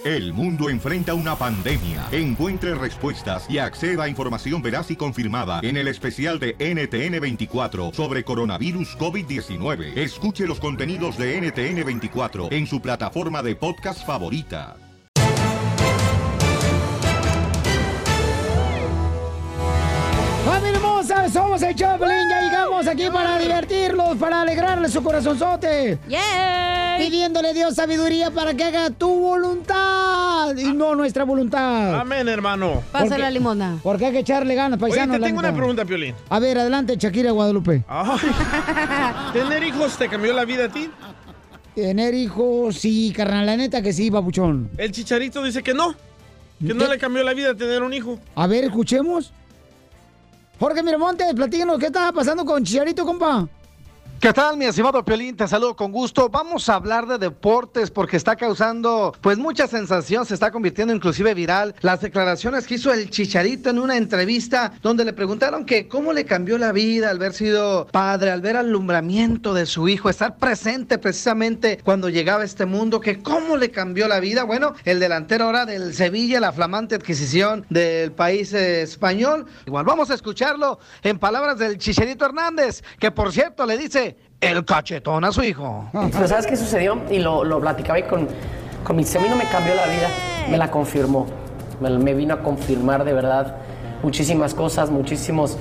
El mundo enfrenta una pandemia. Encuentre respuestas y acceda a información veraz y confirmada en el especial de NTN24 sobre coronavirus COVID-19. Escuche los contenidos de NTN24 en su plataforma de podcast favorita. ¡Familia hermosa! Somos el Choplin. Ya llegamos aquí para divertirlos, para alegrarles su corazonzote. ¡Yeah! Pidiéndole a Dios sabiduría para que haga tu voluntad y no nuestra voluntad. Amén, hermano. Pasa la limona. Porque hay que echarle ganas, paisanos. Oye, te tengo una pregunta, Piolín. A ver, adelante, Shakira Guadalupe. Ay, ¿tener hijos te cambió la vida a ti? Tener hijos, sí, carnal, la neta que sí, papuchón. El Chicharito dice que no no le cambió la vida tener un hijo. A ver, escuchemos. Jorge Miramontes, platícanos, ¿qué está pasando con Chicharito, compa? ¿Qué tal, mi estimado Piolín? Te saludo con gusto. Vamos a hablar de deportes porque está causando, pues, mucha sensación. Se está convirtiendo inclusive viral las declaraciones que hizo el Chicharito en una entrevista donde le preguntaron que cómo le cambió la vida al haber sido padre, al ver el alumbramiento de su hijo, estar presente precisamente cuando llegaba a este mundo, que cómo le cambió la vida. Bueno, el delantero ahora del Sevilla, la flamante adquisición del país español. Igual vamos a escucharlo en palabras del Chicharito Hernández, que por cierto le dice el cachetón a su hijo. Pero ¿sabes qué sucedió? Y lo platicaba ahí con mi a mí no me cambió la vida, me la confirmó. Me vino a confirmar de verdad muchísimas cosas, muchísimos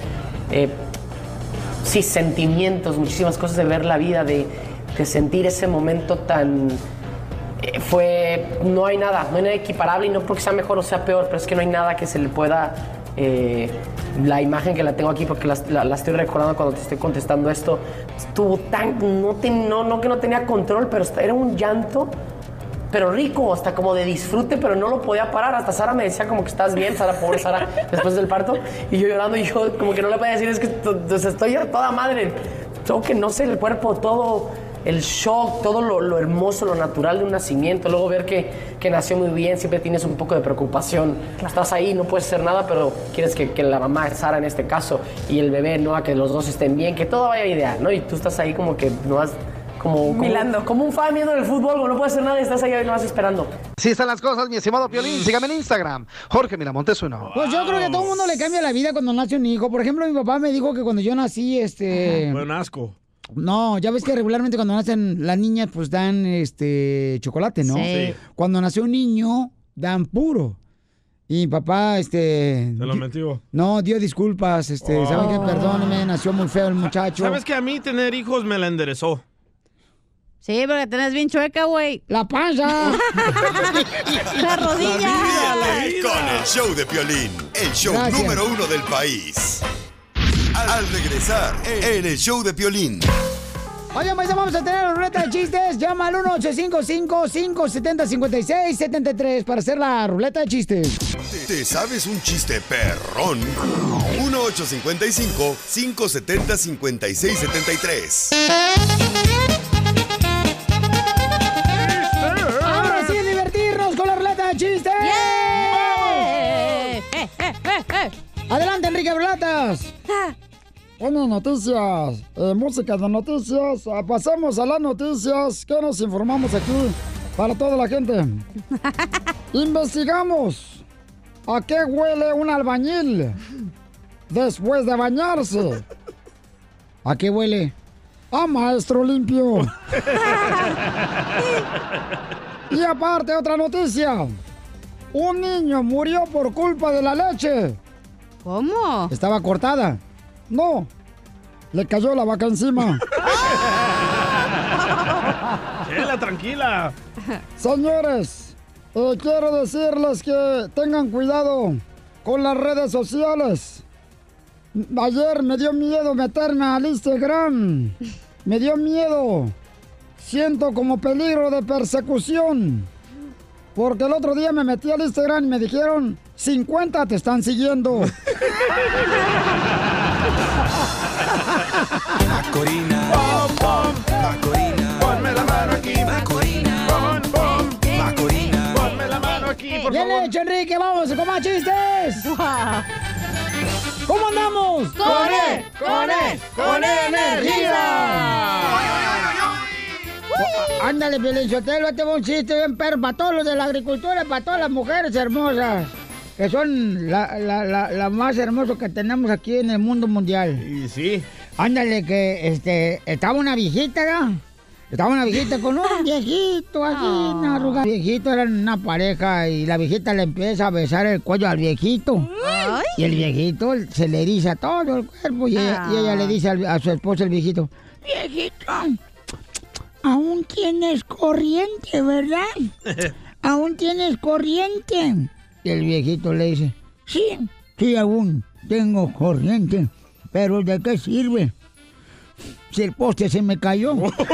sentimientos, muchísimas cosas de ver la vida, de sentir ese momento tan... no hay nada equiparable, y no porque sea mejor o sea peor, pero es que no hay nada que se le pueda... la imagen que la tengo aquí porque la estoy recordando cuando te estoy contestando esto, estuvo tan, no que no tenía control, pero era un llanto, pero rico, hasta como de disfrute, pero no lo podía parar. Hasta Sara me decía como que estás bien, Sara, pobre Sara, después del parto, y yo llorando, y yo como que no le podía decir, es que estoy a toda madre, tengo que no sé, el cuerpo, todo... el shock, todo lo hermoso, lo natural de un nacimiento, luego ver que nació muy bien, siempre tienes un poco de preocupación. Estás ahí, no puedes hacer nada, pero quieres que la mamá, Sara en este caso, y el bebé, ¿no? A que los dos estén bien, que todo vaya ideal, ¿no? Y tú estás ahí como que no has... Como un fan viendo el fútbol, no puedes hacer nada y estás ahí no vas esperando. Así están las cosas, mi estimado Piolín. Sígame en Instagram, Jorge Miramontes uno. Pues yo creo que a todo el mundo le cambia la vida cuando nace un hijo. Por ejemplo, mi papá me dijo que cuando yo nací, Buen asco. No, ya ves que regularmente cuando nacen las niñas, pues dan chocolate, ¿no? Sí. Cuando nació un niño, dan puro. Y mi papá, ¿Te lo metió? No, dio disculpas, ¿saben qué? Perdóneme, nació muy feo el muchacho. ¿Sabes que a mí tener hijos me la enderezó? Sí, porque tenés bien chueca, güey. ¡La panza! ¡La rodilla! Con el show de Piolín, el show Gracias. número 1 del país. Al regresar en el show de Piolín. Oigan, pues vamos a tener la ruleta de chistes. Llama al 1-855-570-5673 para hacer la ruleta de chistes. ¿Te sabes un chiste perrón? 1-855-570-5673. ¡Ahora sí, divertirnos con la ruleta de chistes! Adelante, Enrique Berlatas. Buenas noticias, música de noticias. Pasamos a las noticias que nos informamos aquí para toda la gente. Investigamos a qué huele un albañil después de bañarse. ¿A qué huele? A maestro limpio. Y aparte, otra noticia. Un niño murió por culpa de la leche. ¿Cómo? Estaba cortada. No, le cayó la vaca encima. Chela, tranquila. Señores, quiero decirles que tengan cuidado con las redes sociales. Ayer me dio miedo meterme al Instagram. Me dio miedo. Siento como peligro de persecución. Porque el otro día me metí al Instagram y me dijeron, 50 te están siguiendo. Macorina, Macorina, Ponme la mano aquí. Macorina, Macorina, Ponme la mano aquí, por Bien favor. hecho, Enrique, vamos con más chistes. ¿Cómo andamos? ¡Con energía! Ándale, Piolinsotelo, este es un chiste bien perro para todos los de la agricultura, para todas las mujeres hermosas, que son la más hermosa que tenemos aquí en el mundo mundial. Y sí. Ándale, que estaba una viejita, ¿no? Estaba una viejita con un viejito así, una arruga. El viejito eran una pareja y la viejita le empieza a besar el cuello al viejito. Ay. Y el viejito se le eriza todo el cuerpo y ella le dice a su esposo, el viejito, viejito, aún tienes corriente, ¿verdad? Aún tienes corriente. Y el viejito le dice, sí, aún tengo corriente, pero ¿de qué sirve? Si el poste se me cayó.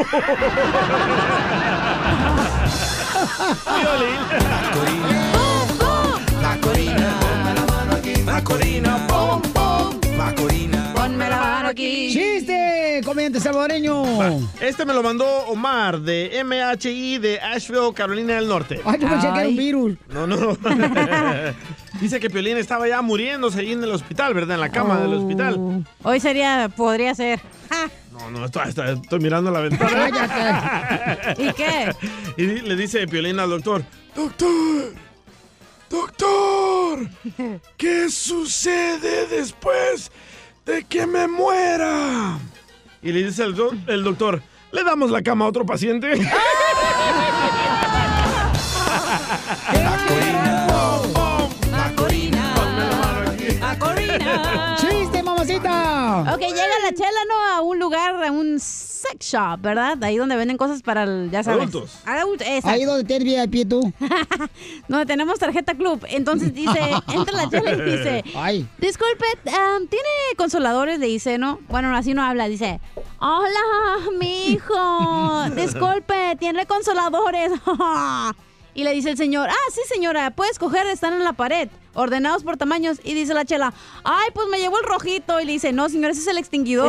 Macorina, ponme la mano aquí. Macorina, pom, pom. Macorina, ponme la mano aquí. ¡Chiste, comediante salvadoreño! Este me lo mandó Omar de MHI de Asheville, Carolina del Norte. Ay, yo pensé que era un virus. No. Dice que Piolín estaba ya muriéndose ahí en el hospital, ¿verdad? En la cama del hospital. Hoy podría ser. No, estoy mirando la ventana. ¡Cállate! ¿Y qué? Y le dice Piolín al doctor, ¡Doctor! ¿Qué sucede después de que me muera? Y le dice el doctor, ¿le damos la cama a otro paciente? Macorina. ¡Chiste, mamacita! Ok, llega la Chela, ¿no? A un lugar, a un sex shop, ¿verdad? Ahí donde venden cosas para, ya sabes. Adultos. Exacto. Ahí donde tienes VIP tú. Donde tenemos tarjeta club. Entonces dice, entra la Chela y dice, Ay. disculpe, ¿tiene consoladores? Le dice, ¿no? Bueno, así no habla, dice, hola, mi hijo, disculpe, ¿tiene consoladores? Y le dice el señor, sí señora, puedes coger, están en la pared, ordenados por tamaños. Y dice la Chela, ay, pues me llevó el rojito. Y le dice, no señor, ese es el extinguidor.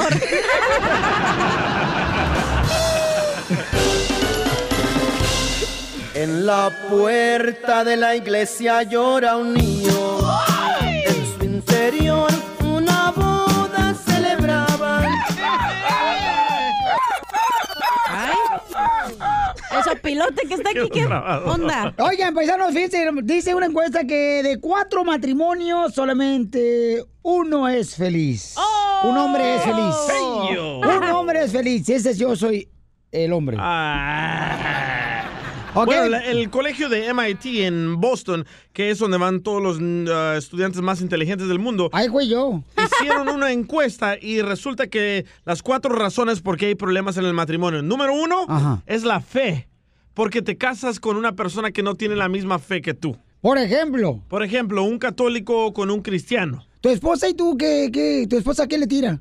En la puerta de la iglesia llora un niño. En su interior una boda celebraban. Ay, el pilote que está aquí, ¿qué onda? Oigan, paisanos, fíjense, dice una encuesta que de 4 matrimonios solamente uno es feliz. Un hombre es feliz. Un hombre es feliz. Ese yo soy el hombre. Okay. Bueno, el colegio de MIT en Boston, que es donde van todos los estudiantes más inteligentes del mundo. Ay, güey, yo. Hicieron una encuesta y resulta que las 4 razones por qué hay problemas en el matrimonio. Número 1 es la fe, porque te casas con una persona que no tiene la misma fe que tú. Por ejemplo, un católico con un cristiano. ¿Tu esposa y tú qué? ¿Tu esposa qué le tira?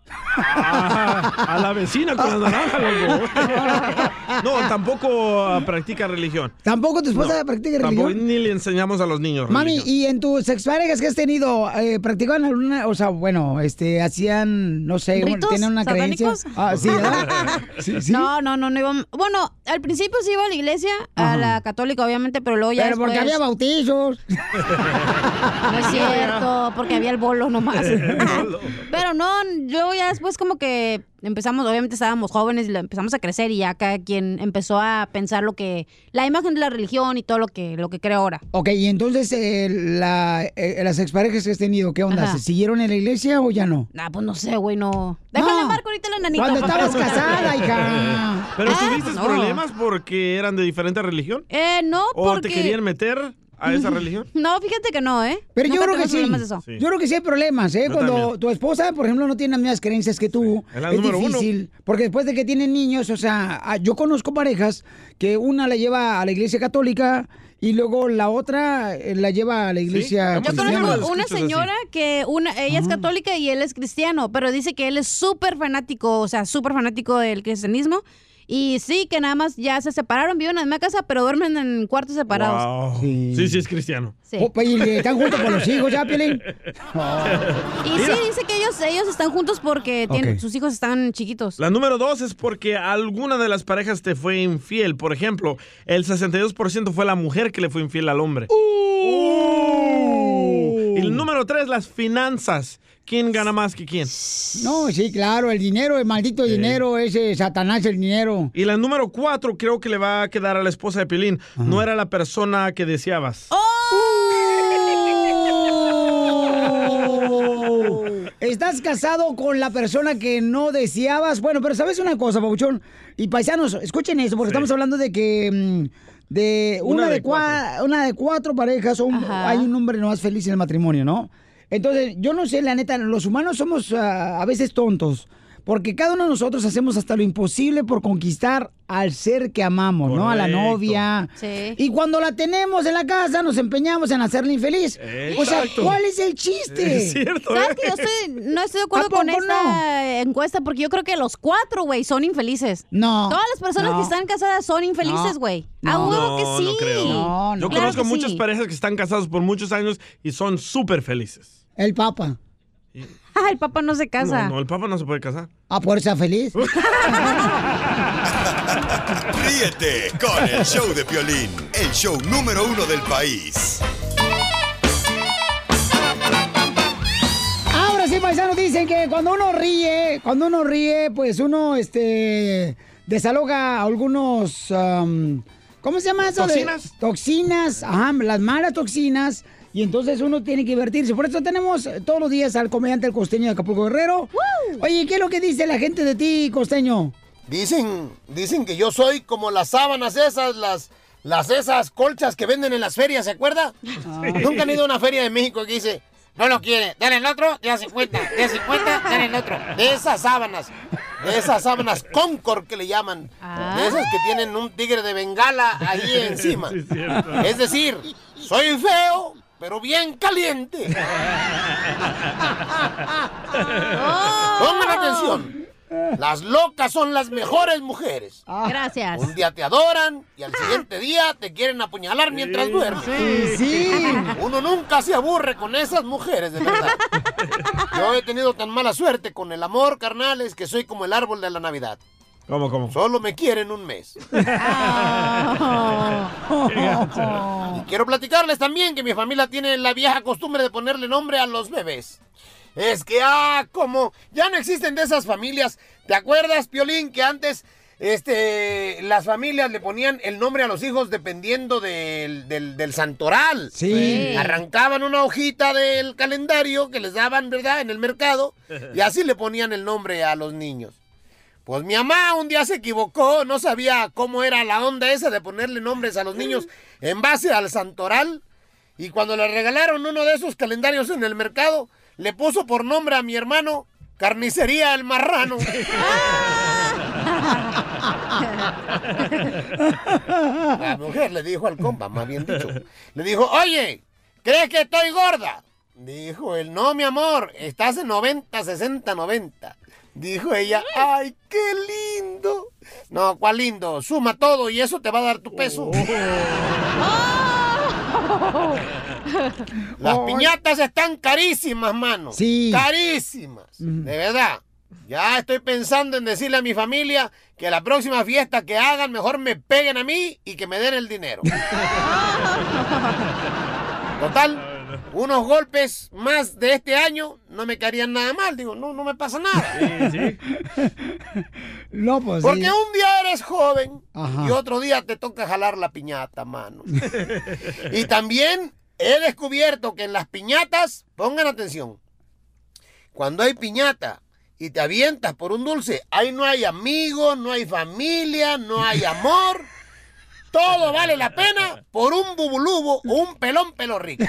A la vecina con las naranjas, loco. No, tampoco practica religión. ¿Tampoco tu esposa practica religión? Tampoco, ni le enseñamos a los niños Mami, religión. ¿y en tus exparejas que has tenido, practicaban alguna, o sea, bueno, hacían, no sé, ¿ritos tienen una satánicos? creencia? Sí, ¿verdad? ¿Sí? No íbamos. Bueno, al principio sí iba a la iglesia, a la católica, obviamente, pero luego ya Pero porque había bautizos. No es cierto, porque había el bolo nomás. Pero no, luego ya después como que empezamos, obviamente estábamos jóvenes y empezamos a crecer y ya cada quien empezó a pensar la imagen de la religión y todo lo que creo ahora. Ok, y entonces las exparejas que has tenido, ¿qué onda? Ajá. ¿Se siguieron en la iglesia o ya no? Pues no sé, güey, no. Déjale marco ahorita la nanita. Cuando estabas casada, hija. ¿Pero tuviste no. problemas porque eran de diferente religión? No, ¿O porque... te querían meter a esa religión? No, fíjate que no, ¿eh? Pero yo Nunca creo que tuvimos sí. problemas de eso. Yo creo que sí hay problemas, ¿eh? Yo Cuando también. tu esposa, por ejemplo, no tiene las mismas creencias que tú, Es la es número difícil. Porque después de que tienen niños, o sea, yo conozco parejas que una la lleva a la iglesia católica y luego la otra la lleva a la iglesia Yo cristiana. conozco una señora que ella es católica y él es cristiano, pero dice que él es súper fanático, o sea, súper fanático del cristianismo. Y sí, que nada más ya se separaron, viven en la misma casa, pero duermen en cuartos separados. Wow. Sí. Sí, es cristiano. Sí. Y están juntos con los hijos, ¿ya, Piolín? Y sí, dice que ellos están juntos porque Ok. sus hijos están chiquitos. La número 2 es porque alguna de las parejas te fue infiel. Por ejemplo, el 62% fue la mujer que le fue infiel al hombre. Y el número 3, las finanzas. ¿quién gana más que quién? No, sí, claro, el dinero, el maldito dinero, ese Satanás, el dinero. Y la número 4 creo que le va a quedar a la esposa de Piolín. No era la persona que deseabas. Estás casado con la persona que no deseabas. Bueno, pero ¿sabes una cosa, Pabuchón? Y paisanos, escuchen eso, porque estamos hablando de que una de 4 parejas hay un hombre no más feliz en el matrimonio, ¿no? Entonces, yo no sé, la neta, los humanos somos a veces tontos, porque cada uno de nosotros hacemos hasta lo imposible por conquistar al ser que amamos, ¿no? A la novia. Sí. Y cuando la tenemos en la casa, nos empeñamos en hacerla infeliz. Exacto. O sea, ¿cuál es el chiste? Es cierto, ¿Sabes que yo no estoy de acuerdo con esta encuesta? Porque yo creo que los 4, güey, son infelices. No. Todas las personas que están casadas son infelices, güey. A huevo que sí. No creo. Yo Claro conozco que muchas sí. parejas que están casados por muchos años y son súper felices. El Papa. El Papa no se casa. No, el Papa no se puede casar. Ah, por eso feliz. Ríete con el show de Piolín, el show número 1 del país. Ahora sí, paisanos, dicen que cuando uno ríe, pues uno, desaloja algunos, ¿cómo se llama eso? ¿Toxinas? Toxinas, ajá, las malas toxinas. Y entonces uno tiene que divertirse. Por eso tenemos todos los días al comediante El Costeño de Acapulco Guerrero. Oye, ¿qué es lo que dice la gente de ti, Costeño? Dicen que yo soy como las sábanas esas, esas colchas que venden en las ferias, ¿se acuerda? Nunca han ido a una feria de México que dice, no lo quiere, dale el otro, ya 50, de 50, dale el otro. De esas sábanas Concord que le llaman. De esas que tienen un tigre de Bengala ahí encima. Sí, es cierto. Es decir, soy feo, pero bien caliente. Pongan atención. Las locas son las mejores mujeres. Gracias. Un día te adoran y al siguiente día te quieren apuñalar mientras duermes. Sí. Uno nunca se aburre con esas mujeres, de verdad. Yo he tenido tan mala suerte con el amor, carnales, que soy como el árbol de la Navidad. ¿Cómo? Solo me quieren un mes. Y quiero platicarles también que mi familia tiene la vieja costumbre de ponerle nombre a los bebés. Es que, como ya no existen de esas familias. ¿Te acuerdas, Piolín, que antes las familias le ponían el nombre a los hijos dependiendo del santoral? Sí. Arrancaban una hojita del calendario que les daban, ¿verdad?, en el mercado, y así le ponían el nombre a los niños. Pues mi mamá un día se equivocó, no sabía cómo era la onda esa de ponerle nombres a los niños en base al santoral, y cuando le regalaron uno de esos calendarios en el mercado, le puso por nombre a mi hermano Carnicería el Marrano. La mujer le dijo al compa, más bien dicho, le dijo, oye, ¿crees que estoy gorda? Dijo él, no, mi amor, estás en 90, 60, 90. Dijo ella, ¡ay, qué lindo! No, ¿cuál lindo? Suma todo y eso te va a dar tu peso. Las piñatas están carísimas, mano. Sí. Carísimas. De verdad. Ya estoy pensando en decirle a mi familia que la próxima fiesta que hagan mejor me peguen a mí y que me den el dinero. Total, unos golpes más de este año no me caerían nada mal. Digo, no me pasa nada. Sí. No, pues Porque sí. un día eres joven. Ajá. Y otro día te toca jalar la piñata, mano. Y también he descubierto que en las piñatas, pongan atención, cuando hay piñata y te avientas por un dulce, ahí no hay amigos, no hay familia, no hay amor. Todo vale la pena por un bubulubo o un pelón pelo rico.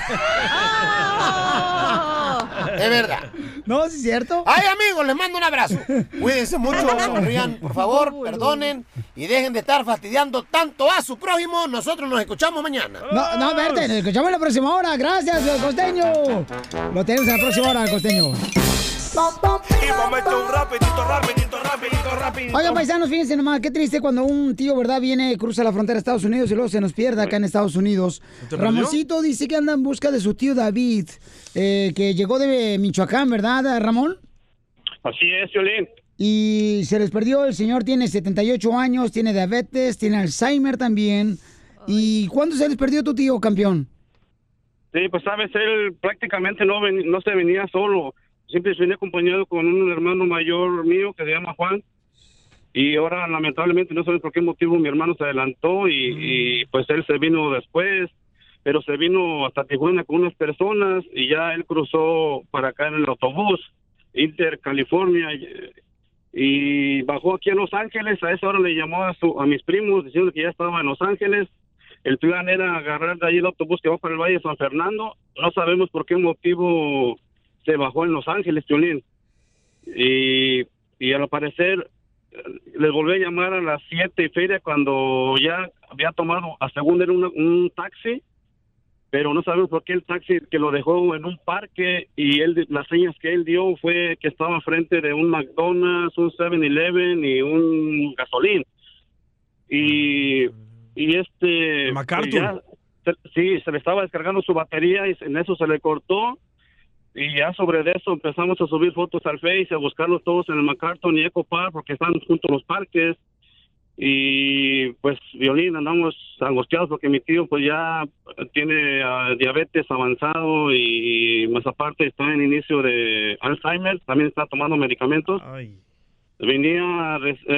De verdad. No, ¿sí es cierto? Ay, amigos, les mando un abrazo. Cuídense mucho, sonrían, por favor, perdonen y dejen de estar fastidiando tanto a su prójimo. Nosotros nos escuchamos mañana. No, verte, nos escuchamos la próxima hora. Gracias, el Costeño. Lo tenemos en la próxima hora, el Costeño. Y momento un rapidito. Oigan, paisanos, fíjense nomás, qué triste cuando un tío, ¿verdad?, cruza la frontera de Estados Unidos y luego se nos pierde acá en Estados Unidos. Ramoncito dice que anda en busca de su tío David, que llegó de Michoacán, ¿verdad, Ramón? Así es, Piolín. Y se les perdió, el señor tiene 78 años, tiene diabetes, tiene Alzheimer también. ¿Y cuándo se les perdió tu tío, campeón? Sí, pues sabes, él prácticamente no se venía solo. siempre vine acompañado con un hermano mayor mío que se llama Juan. Y ahora, lamentablemente, no sabemos por qué motivo mi hermano se adelantó y pues él se vino después, pero se vino hasta Tijuana con unas personas y ya él cruzó para acá en el autobús, Inter California, y bajó aquí a Los Ángeles. A esa hora le llamó a mis primos diciendo que ya estaba en Los Ángeles. El plan era agarrar de ahí el autobús que va para el Valle de San Fernando. No sabemos por qué motivo se bajó en Los Ángeles, Piolín. Y al parecer les volví a llamar a las 7 y feria cuando ya había tomado, a según era un taxi, pero no sabemos por qué el taxi que lo dejó en un parque y él, las señas que él dio fue que estaba frente de un McDonald's, un 7-Eleven y un gasolín. Y MacArthur. Sí, se le estaba descargando su batería y en eso se le cortó. Y ya sobre eso empezamos a subir fotos al Face, a buscarlos todos en el MacArthur y Echo Park porque están juntos los parques. Y pues, Violín, andamos angustiados porque mi tío pues ya tiene diabetes avanzado y más aparte está en inicio de Alzheimer, también está tomando medicamentos. Ay. Venía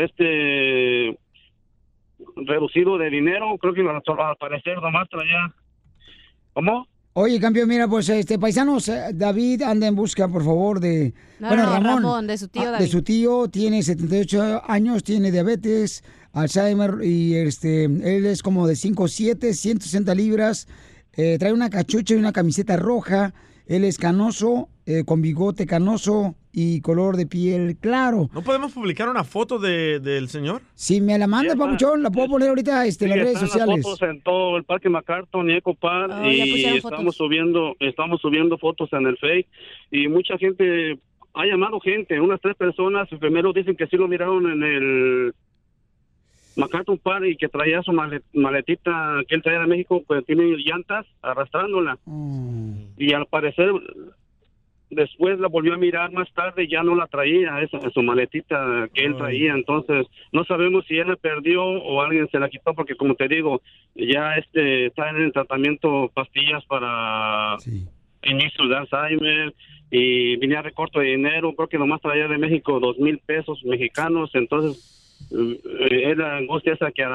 reducido de dinero, creo que al parecer nomás traía... ¿Cómo? Oye, campeón, mira, pues paisanos, David anda en busca, por favor, de... Ramón, de su tío David. De su tío, tiene 78 años, tiene diabetes, Alzheimer, y él es como de 5'7", 160 libras, trae una cachucha y una camiseta roja, él es canoso, con bigote canoso y color de piel claro. ¿No podemos publicar una foto del señor? Si me la manda, papuchón, la puedo poner ahorita en las redes sociales. Las fotos en todo el Parque MacArthur y Echo Park y estamos subiendo fotos en el Face y mucha gente, ha llamado gente, unas 3 personas, primero dicen que sí lo miraron en el MacArthur Park y que traía su maletita que él traía de México, pues tiene llantas arrastrándola. Y al parecer después la volvió a mirar más tarde, ya no la traía, su maletita que él traía. Entonces no sabemos si él la perdió o alguien se la quitó, porque como te digo, ya está en el tratamiento pastillas para inicio de Alzheimer y venía recorto de dinero, creo que nomás traía de México 2,000 pesos mexicanos. Entonces era angustia esa que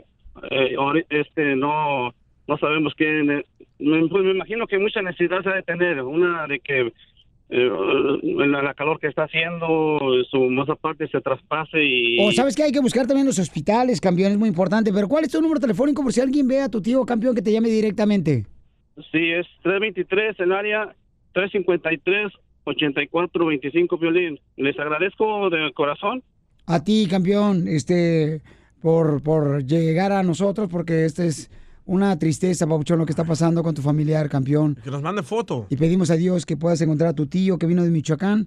no sabemos qué. Pues me imagino que mucha necesidad se ha de tener, una de que la calor que está haciendo, su más aparte se traspase y... O sabes que hay que buscar también los hospitales, campeón, es muy importante. Pero ¿cuál es tu número telefónico por si alguien ve a tu tío, campeón, que te llame directamente? Sí, es 323, el área 353-8425, Violín. Les agradezco de corazón. A ti, campeón, por llegar a nosotros, porque es una tristeza, papuchón, lo que está pasando con tu familiar, campeón. Que nos mande foto. Y pedimos a Dios que puedas encontrar a tu tío que vino de Michoacán.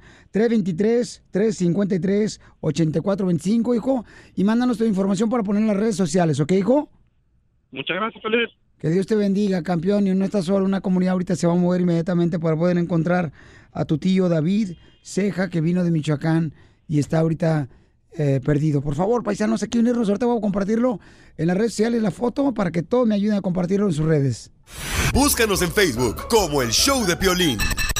323-353-8425, hijo. Y mándanos tu información para poner en las redes sociales, ¿ok, hijo? Muchas gracias, Feliz. Que Dios te bendiga, campeón. Y no estás solo, una comunidad ahorita se va a mover inmediatamente para poder encontrar a tu tío David Ceja, que vino de Michoacán y está ahorita... perdido. Por favor, paisanos, aquí unirnos. Ahorita voy a compartirlo en las redes sociales, la foto, para que todos me ayuden a compartirlo en sus redes. Búscanos en Facebook como El Show de Piolín.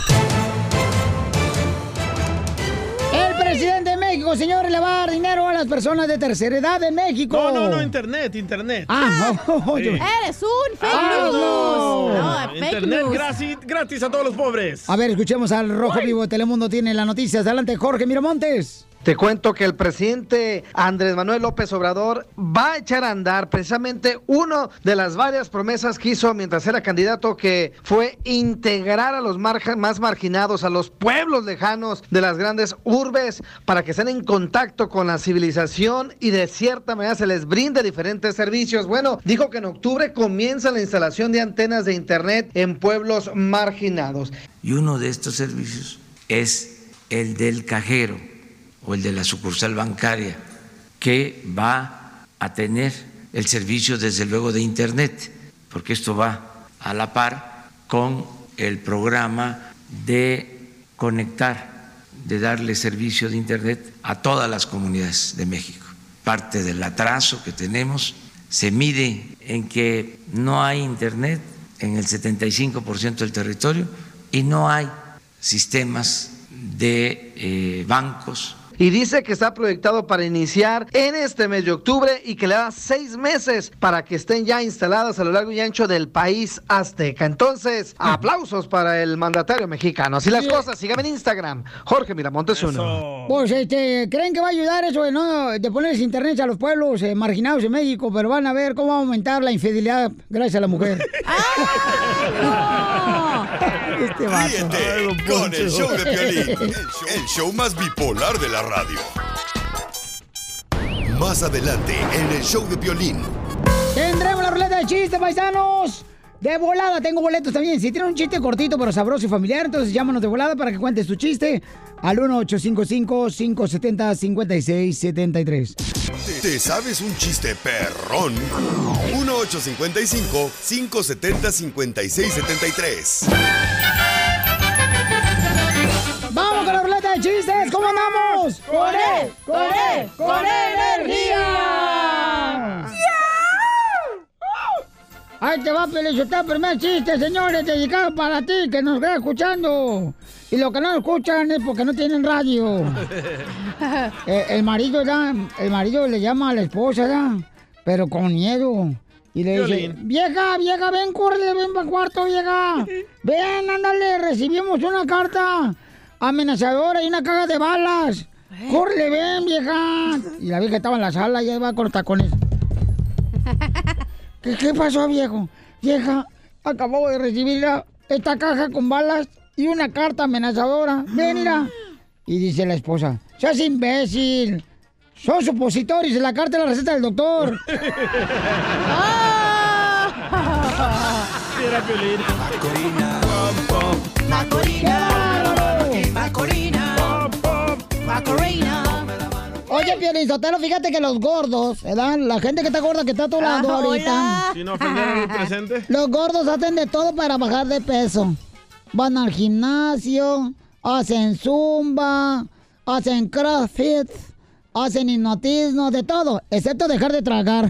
El presidente de México, señores, le va a dar dinero a las personas de tercera edad de México. No, internet. Ah, no. Eres un fake news. No, internet gratis a todos los pobres. A ver, escuchemos al Rojo Vivo de Telemundo, tiene las noticias. Adelante, Jorge Miramontes. Te cuento que el presidente Andrés Manuel López Obrador va a echar a andar precisamente una de las varias promesas que hizo mientras era candidato, que fue integrar a los más marginados, a los pueblos lejanos de las grandes urbes, para que estén en contacto con la civilización y de cierta manera se les brinde diferentes servicios. Bueno, dijo que en octubre comienza la instalación de antenas de internet en pueblos marginados. Y uno de estos servicios es el del cajero o el de la sucursal bancaria, que va a tener el servicio desde luego de internet, porque esto va a la par con el programa de conectar, de darle servicio de internet a todas las comunidades de México. Parte del atraso que tenemos se mide en que no hay internet en el 75% del territorio y no hay sistemas de bancos. Y dice que está proyectado para iniciar en este mes de octubre y que le da 6 meses para que estén ya instaladas a lo largo y ancho del país azteca. Entonces, aplausos para el mandatario mexicano. Así las cosas, síganme en Instagram, Jorge Miramontes 1. Pues, ¿creen que va a ayudar eso de ponerles internet a los pueblos marginados en México? Pero van a ver cómo va a aumentar la infidelidad gracias a la mujer. Ríete con el show de Piolín, el show más bipolar de la radio. Más adelante en el show de Piolín. Tendremos la ruleta de chistes, paisanos. De volada, tengo boletos también. Si tienen un chiste cortito pero sabroso y familiar, entonces llámanos de volada para que cuentes tu chiste al 1-855-570-5673. ¿Te sabes un chiste perrón? 1-855-570-5673. ¡Vamos con la ruleta de chistes! ¿Cómo andamos? ¡Con energía! Ahí te va, Pelizotá, primer chiste, señores, dedicado para ti, que nos queda escuchando. Y lo que no escuchan es porque no tienen radio. El marido le llama a la esposa, ¿ya? Pero con miedo. Y le dice, vieja, ven, córrele, ven para el cuarto, vieja. Ven, ándale, recibimos una carta amenazadora y una caja de balas. Córrele, ven, vieja. Y la vieja estaba en la sala y ahí va con los tacones. ¿Qué pasó, viejo? Vieja, acabo de recibir esta caja con balas y una carta amenazadora. Ven, mira. Y dice la esposa, ¡seas imbécil! Son supositorios en la carta de la receta del doctor. Era Piolín. Macorina. Macorina. Macorina. Macorina. Oye, Piolín Sotelo, fíjate que los gordos, ¿verdad? La gente que está gorda, que está a tu lado ahorita. Si no ofendieron el presente. Los gordos hacen de todo para bajar de peso. Van al gimnasio, hacen zumba, hacen crossfit, hacen hipnotismo, de todo, excepto dejar de tragar.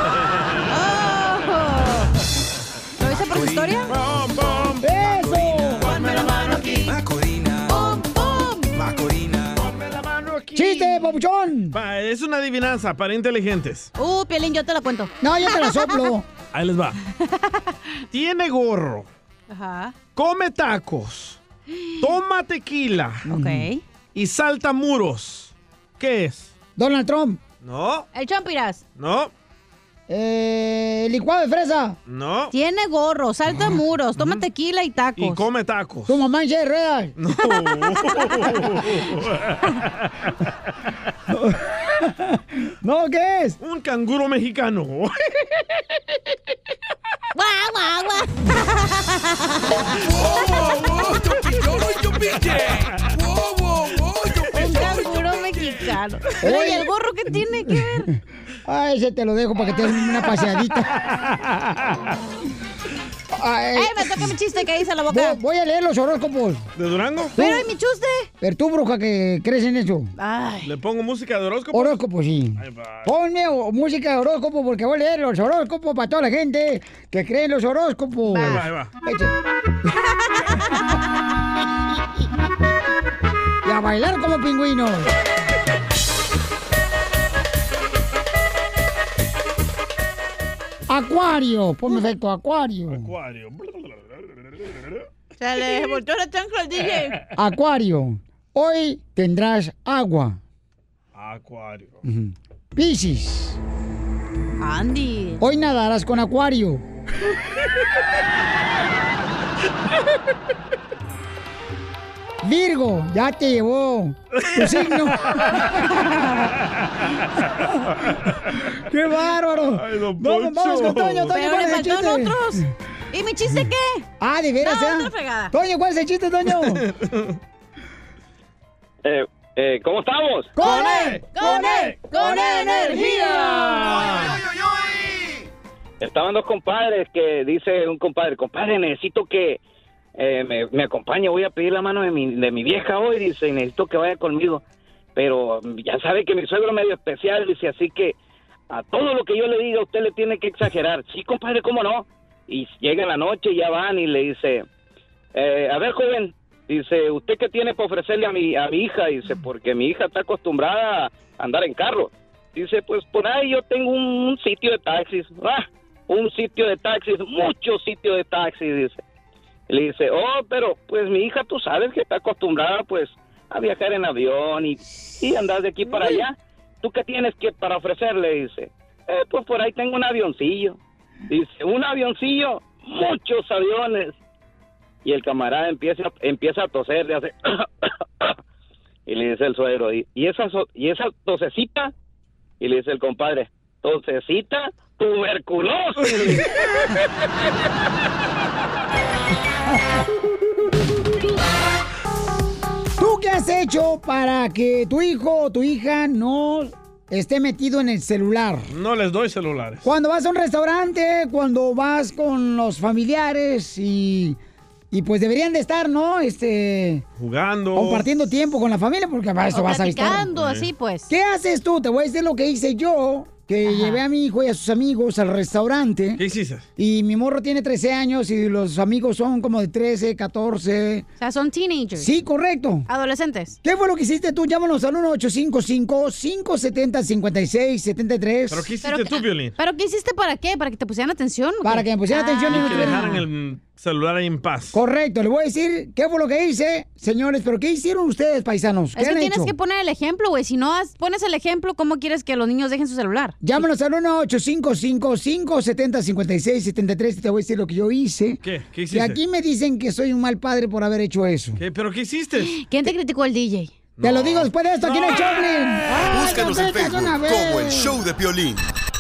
¿Lo hice por su historia? ¡Eso! Ponme la mano aquí. Macorina. Macorina. Ponme la mano aquí. ¡Chiste, papuchón! Es una adivinanza para inteligentes. Piolín, yo te la cuento. No, yo te la soplo. Ahí les va. Tiene gorro. Ajá. Come tacos. Toma tequila. Ok. Y salta muros. ¿Qué es? Donald Trump. No. El Chompiras. No. Licuado de fresa. No. Tiene gorro, salta muros, toma tequila y tacos. Y come tacos. Tu mamá en silla de ruedas. No. No, ¿qué es? Un canguro mexicano. ¡Guau, guau, guau! Un canguro mexicano. Pero ¿y el gorro qué tiene que ver? Ay, ese te lo dejo para que te des una paseadita. Me toca mi chiste que hice la boca. Voy a leer los horóscopos. ¿De Durango? Pero ¿y mi chiste? Pero tú, bruja, que crees en eso. Ay. ¿Le pongo música de horóscopo? Horóscopo, sí. Ponme música de horóscopo porque voy a leer los horóscopos para toda la gente que cree en los horóscopos. Ahí va. Y a bailar como pingüinos. Acuario, ponme efecto Acuario. Se le volteó la chancla al DJ. Acuario, hoy tendrás agua. Acuario. Piscis. Andy. Hoy nadarás con Acuario. Virgo, ya te llevó tu signo. ¡Qué bárbaro! Ay, don Vamos con Toño. Pero ¿cuál le es el faltaron chiste? otros. ¿Y mi chiste qué? Ah, ¿de veras? No, ¿eh? otra fregada. Toño, ¿cuál es el chiste, Toño? ¿Cómo estamos? ¡Con energía! Estaban dos compadres que dice un compadre, necesito que me acompañe, voy a pedir la mano de mi vieja hoy, dice, y necesito que vaya conmigo. Pero ya sabe que mi suegro es medio especial, dice, así que a todo lo que yo le diga usted le tiene que exagerar. Sí, compadre, ¿cómo no? Y llega la noche y ya van y le dice, a ver, joven, Dice, ¿usted qué tiene para ofrecerle a mi hija? Dice, porque mi hija está acostumbrada a andar en carro. Dice, pues por ahí yo tengo un sitio de taxis. Un sitio de taxis, muchos sitios de taxis, dice. Y le dice, pero pues mi hija, tú sabes que está acostumbrada pues a viajar en avión y andar de aquí para allá. ¿Tú qué tienes para ofrecerle? Dice, pues por ahí tengo un avioncillo. Dice, ¿un avioncillo? Muchos aviones. Y el camarada empieza a toser, le hace y le dice el suegro, ¿y esa tosecita? Y le dice el compadre, tosecita, tuberculosis. ¿Tú qué has hecho para que tu hijo o tu hija no esté metido en el celular? No les doy celulares. Cuando vas a un restaurante, cuando vas con los familiares y pues deberían de estar, ¿no? Jugando. Compartiendo tiempo con la familia, porque para eso vas a estar. Platicando, así pues. ¿Qué haces tú? Te voy a decir lo que hice yo, que llevé a mi hijo y a sus amigos al restaurante. ¿Qué hiciste? Y mi morro tiene 13 años y los amigos son como de 13, 14. O sea, son teenagers. Sí, correcto. Adolescentes. ¿Qué fue lo que hiciste tú? Llámanos al 1-855-570-5673. ¿Pero qué hiciste tú, Piolín? ¿Pero qué hiciste para qué? ¿Para que te pusieran atención? Para que me pusieran atención y no que dejaran el celular ahí en paz. Correcto, le voy a decir qué fue lo que hice, señores, pero ¿qué hicieron ustedes, paisanos? ¿Qué Es que han tienes hecho? que poner el ejemplo, güey. Si no pones el ejemplo, ¿cómo quieres que los niños dejen su celular? Llámanos al 1-855-570-5673 y te voy a decir lo que yo hice. ¿Qué hiciste? Y aquí me dicen que soy un mal padre por haber hecho eso. ¿Pero qué hiciste? ¿Quién te criticó el DJ? Te lo digo después de esto, aquí en el Choplin. Búscanos en Facebook como El Show de Piolín.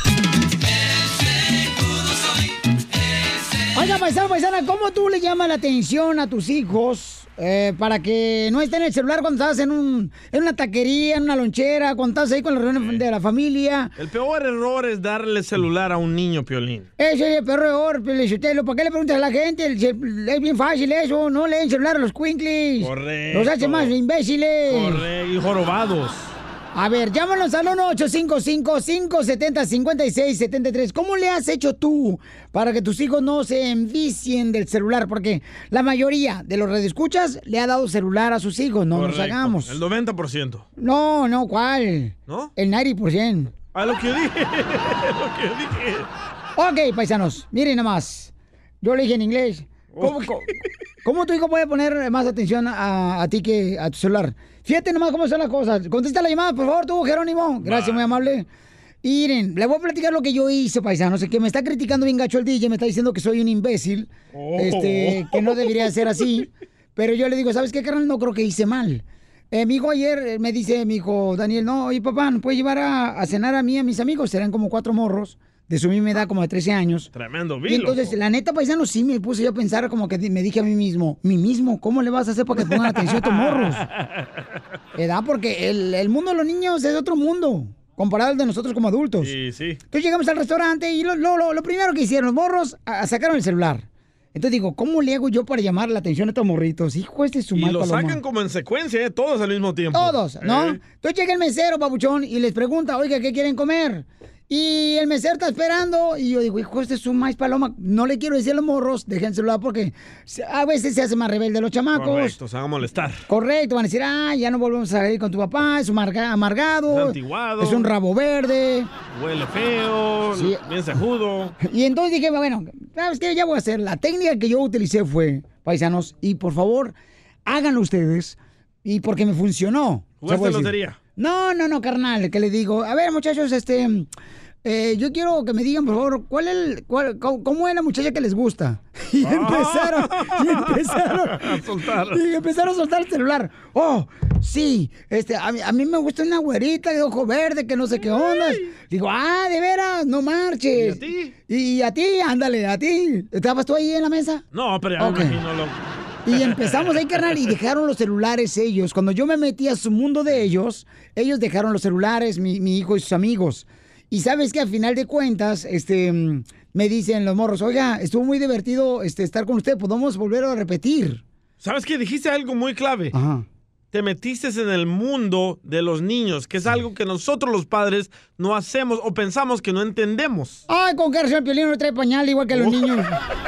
Oiga, paisana, ¿cómo tú le llamas la atención a tus hijos para que no estén en el celular cuando estás en una taquería, en una lonchera, cuando estás ahí con la reunión de la familia? El peor error es darle celular a un niño, Piolín. Ese es el peor error, Piolichotelo. ¿Para qué le preguntas a la gente? Es bien fácil eso. No le den celular a los cuinclis. Correcto. Los hace más imbéciles. Correcto, y jorobados. A ver, llámanos al 1-855-570-5673. ¿Cómo le has hecho tú para que tus hijos no se envicien del celular? Porque la mayoría de los radioescuchas le ha dado celular a sus hijos, no Correcto. nos hagamos. El 90%. No, ¿cuál? ¿No? El 90%. Ah, lo que yo dije. Lo que yo dije. Ok, paisanos, miren nomás. Yo le dije en inglés. ¿Cómo tu hijo puede poner más atención a ti que a tu celular? Fíjate nomás cómo son las cosas. Contesta la llamada, por favor, tú, Jerónimo. Gracias, muy amable. Miren, le voy a platicar lo que yo hice, paisanos. El que me está criticando bien gacho el DJ, me está diciendo que soy un imbécil, que no debería ser así. Pero yo le digo, ¿sabes qué, carnal? No creo que hice mal. Mi hijo ayer me dice, mi hijo Daniel, no, oye, papá, ¿no puedes llevar a cenar a mí y a mis amigos? Serán como 4 morros. De su misma edad, como de 13 años. Tremendo Y entonces, la neta, paisano, sí me puse yo a pensar, como que me dije a mí mismo, ¿cómo le vas a hacer para que pongan atención a tus morros? ¿Verdad? Porque el mundo de los niños es otro mundo, comparado al de nosotros como adultos. Sí. Entonces llegamos al restaurante y lo primero que hicieron los morros, sacaron el celular. Entonces digo, ¿cómo le hago yo para llamar la atención a estos morritos? Hijo, este es su Y mal lo paloma. sacan como en secuencia, todos al mismo tiempo. Todos, ¿no? Entonces llega el mesero, papuchón, y les pregunta, oiga, ¿qué quieren comer? Y el mesero está esperando, y yo digo, hijo, este es un maíz paloma. No le quiero decir a los morros, dejen el celular, porque a veces se hace más rebelde los chamacos. Correcto, se van a molestar. Correcto, van a decir, ya no volvemos a salir con tu papá, es un amargado, Es antiguado. es un rabo verde. Huele feo, Sí. bien cejudo. Y entonces dije, bueno, ¿sabes qué? Ya voy a hacer. La técnica que yo utilicé fue, paisanos, y por favor, háganlo ustedes, y porque me funcionó. ¿Jugaste voy a decir, lotería? No, carnal, que le digo, a ver, muchachos, yo quiero que me digan, por favor, ¿cómo es la muchacha que les gusta? Y empezaron a soltar. Y empezaron a soltar el celular. Oh, sí, a mí me gusta una güerita de ojo verde, que no sé qué onda. Digo, de veras, no marches. ¿Y a ti? Y a ti, ándale, a ti. ¿Estabas tú ahí en la mesa? No, pero ya Ok. me imagino, loco. Y empezamos ahí, carnal, y dejaron los celulares ellos. Cuando yo me metí a su mundo de ellos dejaron los celulares, mi hijo y sus amigos. Y sabes que al final de cuentas, me dicen los morros, oiga, estuvo muy divertido estar con usted, podemos volver a repetir. ¿Sabes qué? Dijiste algo muy clave. Ajá. te metiste en el mundo de los niños, que es algo que nosotros los padres no hacemos o pensamos que no entendemos. Ay, con que el Piolín no trae pañal igual que los niños.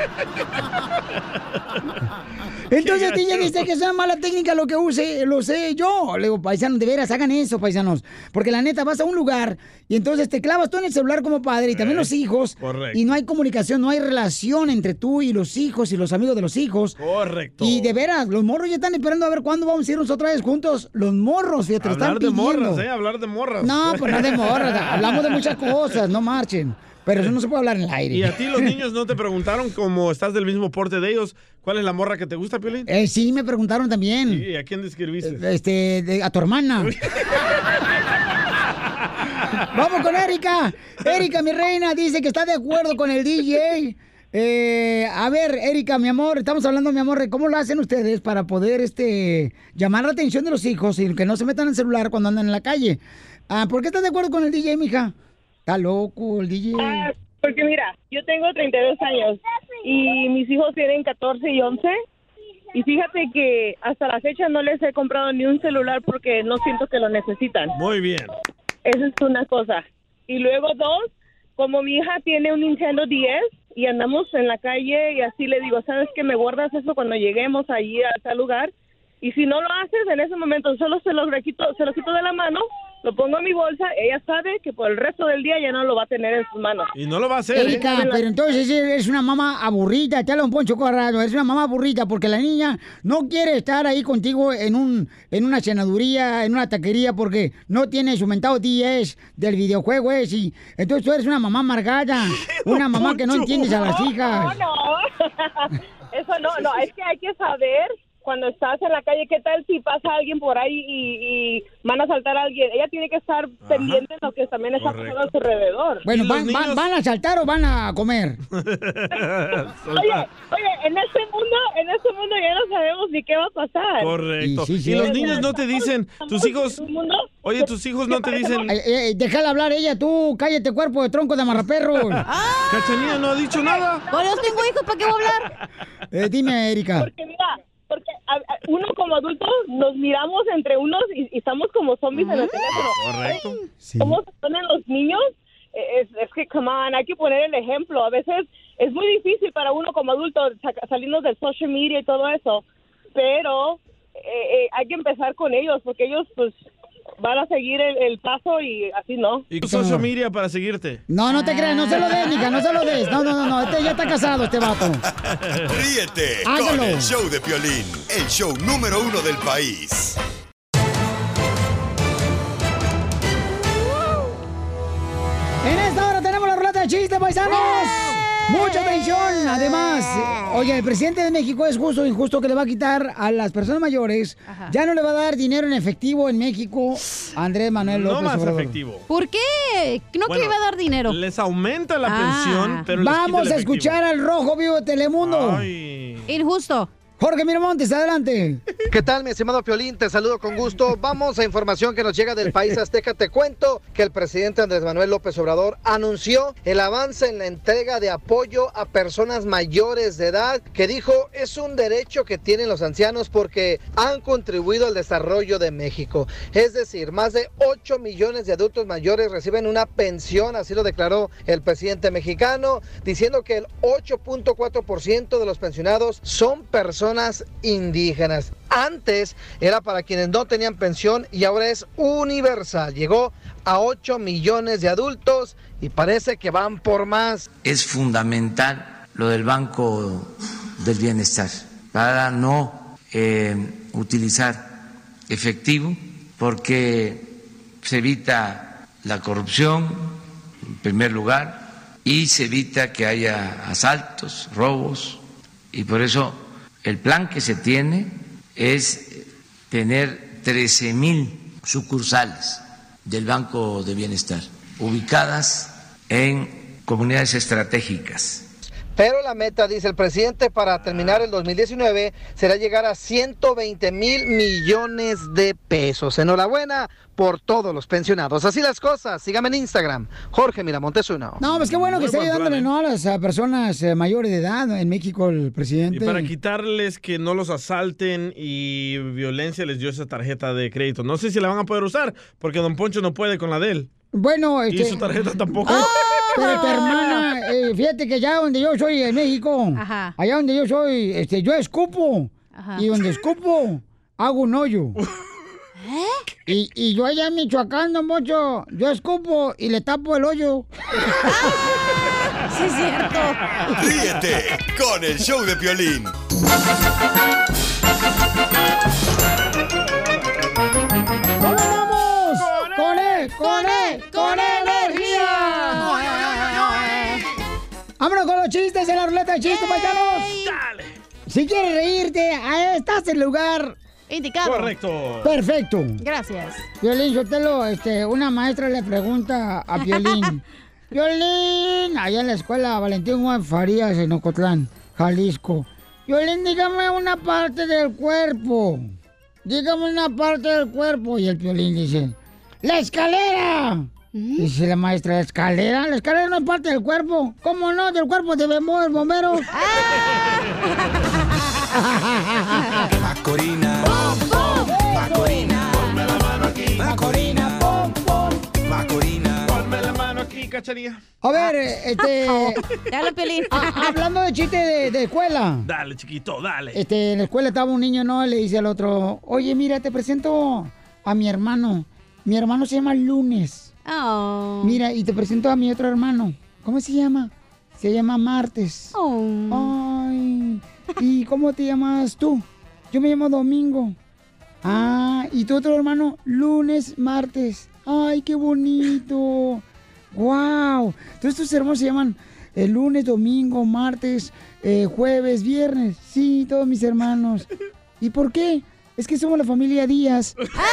Entonces DJ dice que es una mala técnica lo que use, lo sé yo. Le digo, paisanos, de veras, hagan eso, paisanos. Porque la neta, vas a un lugar y entonces te clavas tú en el celular como padre y también los hijos. Correcto. Y no hay comunicación, no hay relación entre tú y los hijos y los amigos de los hijos. Correcto. Y de veras, los morros ya están esperando a ver cuándo vamos a irnos otra vez juntos. Los morros, fíjate, lo están Hablar de pidiendo. morras, hablar de morras. No, pues no de morras, hablamos de muchas cosas, no marchen. Pero eso no se puede hablar en el aire. ¿Y a ti los niños no te preguntaron, como estás del mismo porte de ellos, cuál es la morra que te gusta, Piolín? Sí, me preguntaron también. ¿Y a quién describiste? A tu hermana. Vamos con Erika. Erika, mi reina, dice que está de acuerdo con el DJ. A ver, Erika, mi amor, estamos hablando, mi amor, de cómo lo hacen ustedes para poder llamar la atención de los hijos y que no se metan en el celular cuando andan en la calle. ¿Por qué estás de acuerdo con el DJ, mija? Está loco el DJ. Porque mira, yo tengo 32 años y mis hijos tienen 14 y 11. Y fíjate que hasta la fecha no les he comprado ni un celular porque no siento que lo necesitan. Muy bien. Esa es una cosa. Y luego dos, como mi hija tiene un Nintendo 10 y andamos en la calle y así le digo, ¿sabes qué? Me guardas eso cuando lleguemos allí a tal lugar. Y si no lo haces en ese momento, solo se lo quito de la mano, lo pongo en mi bolsa, ella sabe que por el resto del día ya no lo va a tener en sus manos. Y no lo va a hacer. Erika, pero entonces eres una mamá aburrida, te habla un Poncho Corrado, eres una mamá aburrida porque la niña no quiere estar ahí contigo en una cenaduría, en una taquería, porque no tiene su mentado 10 del videojuego ese. Y entonces tú eres una mamá amargada, una mamá que no entiendes a las hijas. No. Eso no, es que hay que saber cuando estás en la calle, ¿qué tal si pasa alguien por ahí y van a asaltar a alguien? Ella tiene que estar pendiente de lo que también está pasando a su alrededor. Bueno, ¿van a asaltar o van a comer? Oye, en este mundo ya no sabemos ni qué va a pasar. Correcto. Y los niños no te dicen, tus hijos... Oye, tus hijos no te dicen... Déjala hablar ella, tú, cállate, cuerpo de tronco de amarraperros. Cachanilla no ha dicho nada. Por eso tengo hijos, ¿para qué voy a hablar? Dime, Erika. Porque uno como adultos nos miramos entre unos y estamos como zombies en el teléfono. Correcto. Sí. ¿Cómo se ponen los niños? Es que, come on, hay que poner el ejemplo. A veces es muy difícil para uno como adulto salirnos del social media y todo eso, pero hay que empezar con ellos porque ellos pues van a seguir el paso y así no. ¿Y tu social media para seguirte? No te creas, no se lo des, mija, no se lo des. No, este ya está casado, este vato. Ríete Hágalo. con el show de Piolín, el show número 1 del país. En esta hora tenemos la ruleta de chistes, paisanos. Mucha atención. Además, oye, el presidente de México es justo o injusto que le va a quitar a las personas mayores. Ajá. Ya no le va a dar dinero en efectivo en México a Andrés Manuel López No más Obrador. efectivo. ¿Por qué? No que le iba a dar dinero. Les aumenta la pensión, pero les quita Vamos el a efectivo. escuchar al Rojo Vivo de Telemundo. Injusto. Jorge Miramontes, adelante. ¿Qué tal, mi estimado Piolín? Te saludo con gusto. Vamos a información que nos llega del país azteca. Te cuento que el presidente Andrés Manuel López Obrador anunció el avance en la entrega de apoyo a personas mayores de edad, que dijo es un derecho que tienen los ancianos porque han contribuido al desarrollo de México. Es decir, más de 8 millones de adultos mayores reciben una pensión, así lo declaró el presidente mexicano, diciendo que el 8.4% de los pensionados son personas indígenas. Antes era para quienes no tenían pensión y ahora es universal. Llegó a 8 millones de adultos y parece que van por más. Es fundamental lo del Banco del Bienestar para no utilizar efectivo, porque se evita la corrupción en primer lugar y se evita que haya asaltos, robos, y por eso el plan que se tiene es tener 13,000 sucursales del Banco de Bienestar ubicadas en comunidades estratégicas. Pero la meta, dice el presidente, para terminar el 2019 será llegar a 120,000 millones de pesos. Enhorabuena por todos los pensionados. Así las cosas. Sígame en Instagram, Jorge Miramontes 1. No, pues qué bueno que esté ayudándole, ¿no? A las personas mayores de edad en México, el presidente. Y para quitarles que no los asalten y violencia, les dio esa tarjeta de crédito. No sé si la van a poder usar, porque Don Poncho no puede con la de él. Bueno, Y su tarjeta tampoco. Pero tu hermana, fíjate que allá donde yo soy, en México, allá donde yo soy, yo escupo. Y donde escupo, hago un hoyo. Y yo allá en Michoacán, Don Poncho, yo escupo y le tapo el hoyo. Sí, es cierto. Ríete con el show de Piolín. ¿Cómo vamos? ¡Con energía! ¡Vámonos con los chistes en la ruleta de chistes, paisanos! ¡Dale! Si quieres reírte, estás en el lugar indicado. Correcto. Perfecto. Gracias. Piolín Sotelo, una maestra le pregunta a Piolín. Piolín, allá en la escuela Valentín Juan Farías, en Ocotlán, Jalisco. Piolín, dígame una parte del cuerpo. Dígame una parte del cuerpo. Y el Piolín dice, ¡la escalera! Dice la maestra, ¿la escalera? La escalera no es parte del cuerpo. ¿Cómo no? Del cuerpo de bombero. Macorina. Macorina. Ponme la mano aquí. Macorina. Macorina. Ponme la mano aquí, Cachanilla. A ver, Dale, Piolín. Hablando de chiste de escuela. Dale, chiquito, dale. En la escuela estaba un niño, ¿no? Le dice al otro, oye, mira, te presento a mi hermano. Mi hermano se llama Lunes. Oh. Mira, y te presento a mi otro hermano. ¿Cómo se llama? Se llama Martes. Ay. ¿Y cómo te llamas tú? Yo me llamo Domingo. Ah, ¿y tu otro hermano? Lunes, Martes. Ay, qué bonito. Wow. Todos tus hermanos se llaman lunes, domingo, martes, jueves, viernes. Sí, todos mis hermanos. ¿Y por qué? Es que somos la familia Díaz.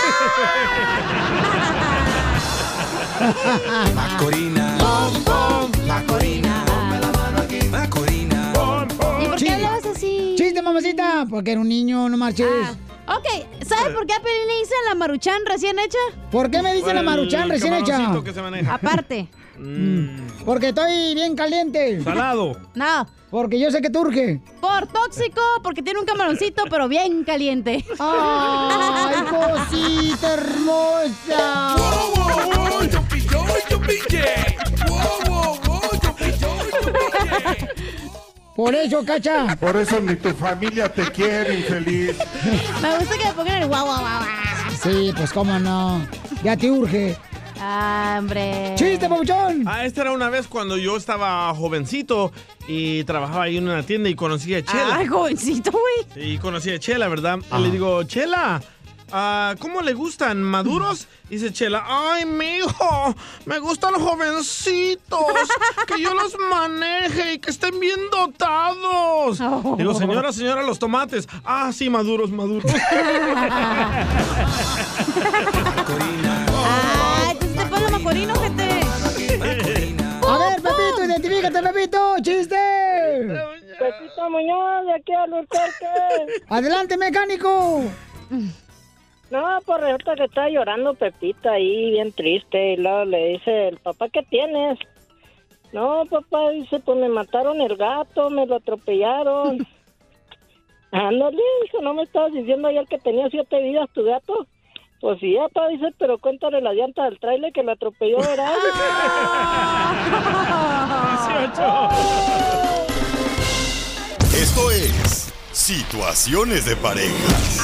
Macorina. Macorina. Ponme la mano aquí. Macorina. ¿Y por qué hablabas así? Chiste, mamacita. Porque era un niño, no marches. Ok, ¿sabes por qué a Piolín le dicen la Maruchan recién hecha? ¿Por qué me dicen la Maruchan recién hecha? Que se maneja. Aparte. Porque estoy bien caliente. Salado. No. Porque yo sé que turge. Por tóxico, porque tiene un camaroncito, pero bien caliente. ¡Ay, cosita hermosa! Por eso, Cacha. Por eso ni tu familia te quiere, infeliz. Me gusta que me pongan el guau, guau, guau. Sí, pues cómo no. Ya te urge. Ah, hombre. ¡Chiste, papuchón! Esta era una vez cuando yo estaba jovencito y trabajaba ahí en una tienda y conocí a Chela. Ay, jovencito, güey. Y conocí a Chela, ¿verdad? Y le digo, Chela, ¿cómo le gustan? ¿Maduros? Dice Chela, ay, mijo, me gustan los jovencitos, que yo los maneje y que estén bien dotados. Digo, señora, los tomates. Ah, sí, maduros. Ay, tú te pones macorino, gente. A ver, Pepito, identifícate, Pepito, chiste. Pepito Muñoz, de aquí al Albuquerque. Adelante, mecánico. No, pues resulta que está llorando Pepita ahí, bien triste, y luego le dice el papá, ¿qué tienes? No, papá, dice, pues me mataron el gato, me lo atropellaron. Ándale, hijo, ¿no me estabas diciendo ayer que tenía 7 vidas tu gato? Pues sí, papá, dice, pero cuéntale la llanta del tráiler que lo atropelló, ¿verdad? 18. Esto es Situaciones de Parejas.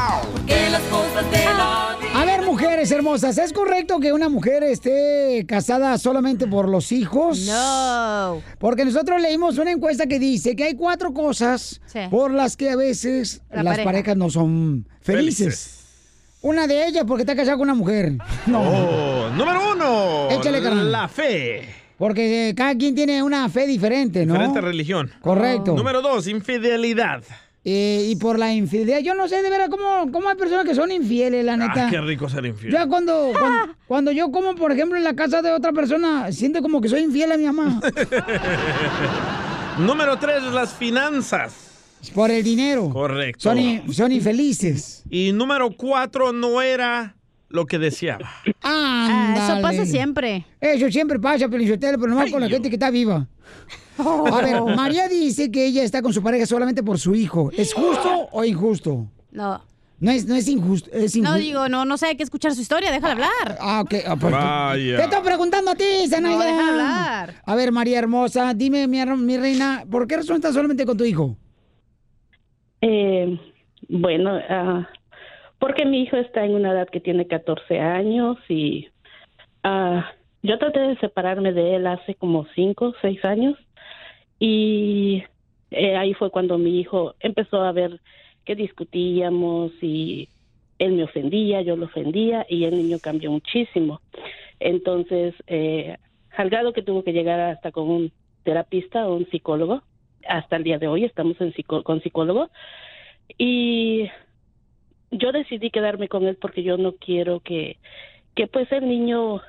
A ver, mujeres hermosas, ¿es correcto que una mujer esté casada solamente por los hijos? No. Porque nosotros leímos una encuesta que dice que hay 4 cosas por las que a veces las parejas no son felices. Una de ellas porque está casada con una mujer. No. Número 1. Échale, carnal. La fe. Porque cada quien tiene una fe diferente, ¿no? Diferente religión. Correcto. Número 2, infidelidad. Y por la infidelidad, yo no sé de verdad cómo hay personas que son infieles, la neta. Qué rico ser infiel. Ya cuando yo como, por ejemplo, en la casa de otra persona, siento como que soy infiel a mi mamá. Número 3, las finanzas. Por el dinero. Correcto. Son infelices. Y número 4, no era lo que deseaba. Eso pasa siempre. Eso siempre pasa, Pelichotelo, pero nomás con la gente que está viva. A ver, María dice que ella está con su pareja solamente por su hijo. ¿Es justo o injusto? No. No es injusto. Es No injusto. digo, no sé, hay que escuchar su historia, déjala hablar. Ok. Pues, Vaya. te estoy preguntando a ti, Zenaida. No, déjala hablar. A ver, María hermosa, dime, mi reina, ¿por qué razón estás solamente con tu hijo? Bueno, porque mi hijo está en una edad que tiene 14 años y yo traté de separarme de él hace como 5 o 6 años y ahí fue cuando mi hijo empezó a ver que discutíamos y él me ofendía, yo lo ofendía y el niño cambió muchísimo. Entonces, al grado que tuvo que llegar hasta con un terapista o un psicólogo. Hasta el día de hoy estamos con psicólogo y yo decidí quedarme con él porque yo no quiero que pues el niño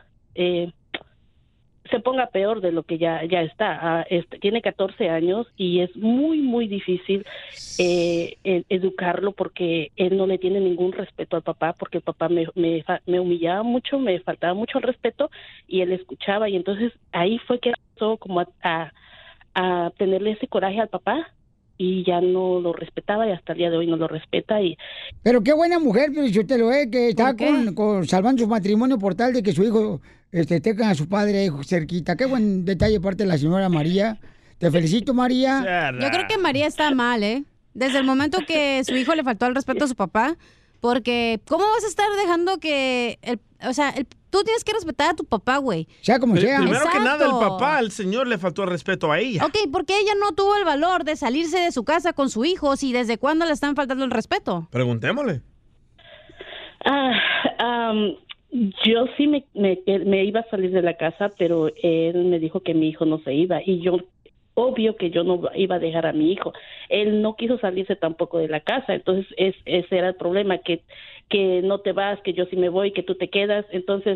se ponga peor de lo que ya está. Tiene 14 años y es muy, muy difícil educarlo porque él no le tiene ningún respeto al papá, porque el papá me humillaba mucho, me faltaba mucho el respeto y él escuchaba y entonces ahí fue que empezó como a tenerle ese coraje al papá y ya no lo respetaba y hasta el día de hoy no lo respeta. Pero qué buena mujer, Pelichotelo, que está salvando su matrimonio por tal de que su hijo tenga a su padre cerquita. Qué buen detalle parte de la señora María. Te felicito, María. Yo creo que María está mal, Desde el momento que su hijo le faltó al respeto a su papá, porque ¿cómo vas a estar dejando que tú tienes que respetar a tu papá, güey? Sea como sea. Primero que nada, el Exacto. papá, el señor, le faltó el respeto a ella. Ok, ¿por qué ella no tuvo el valor de salirse de su casa con su hijo si desde cuándo le están faltando el respeto? Preguntémosle. Yo sí me iba a salir de la casa, pero él me dijo que mi hijo no se iba y yo obvio que yo no iba a dejar a mi hijo. Él no quiso salirse tampoco de la casa, entonces ese era el problema, que no te vas, que yo sí me voy, que tú te quedas. Entonces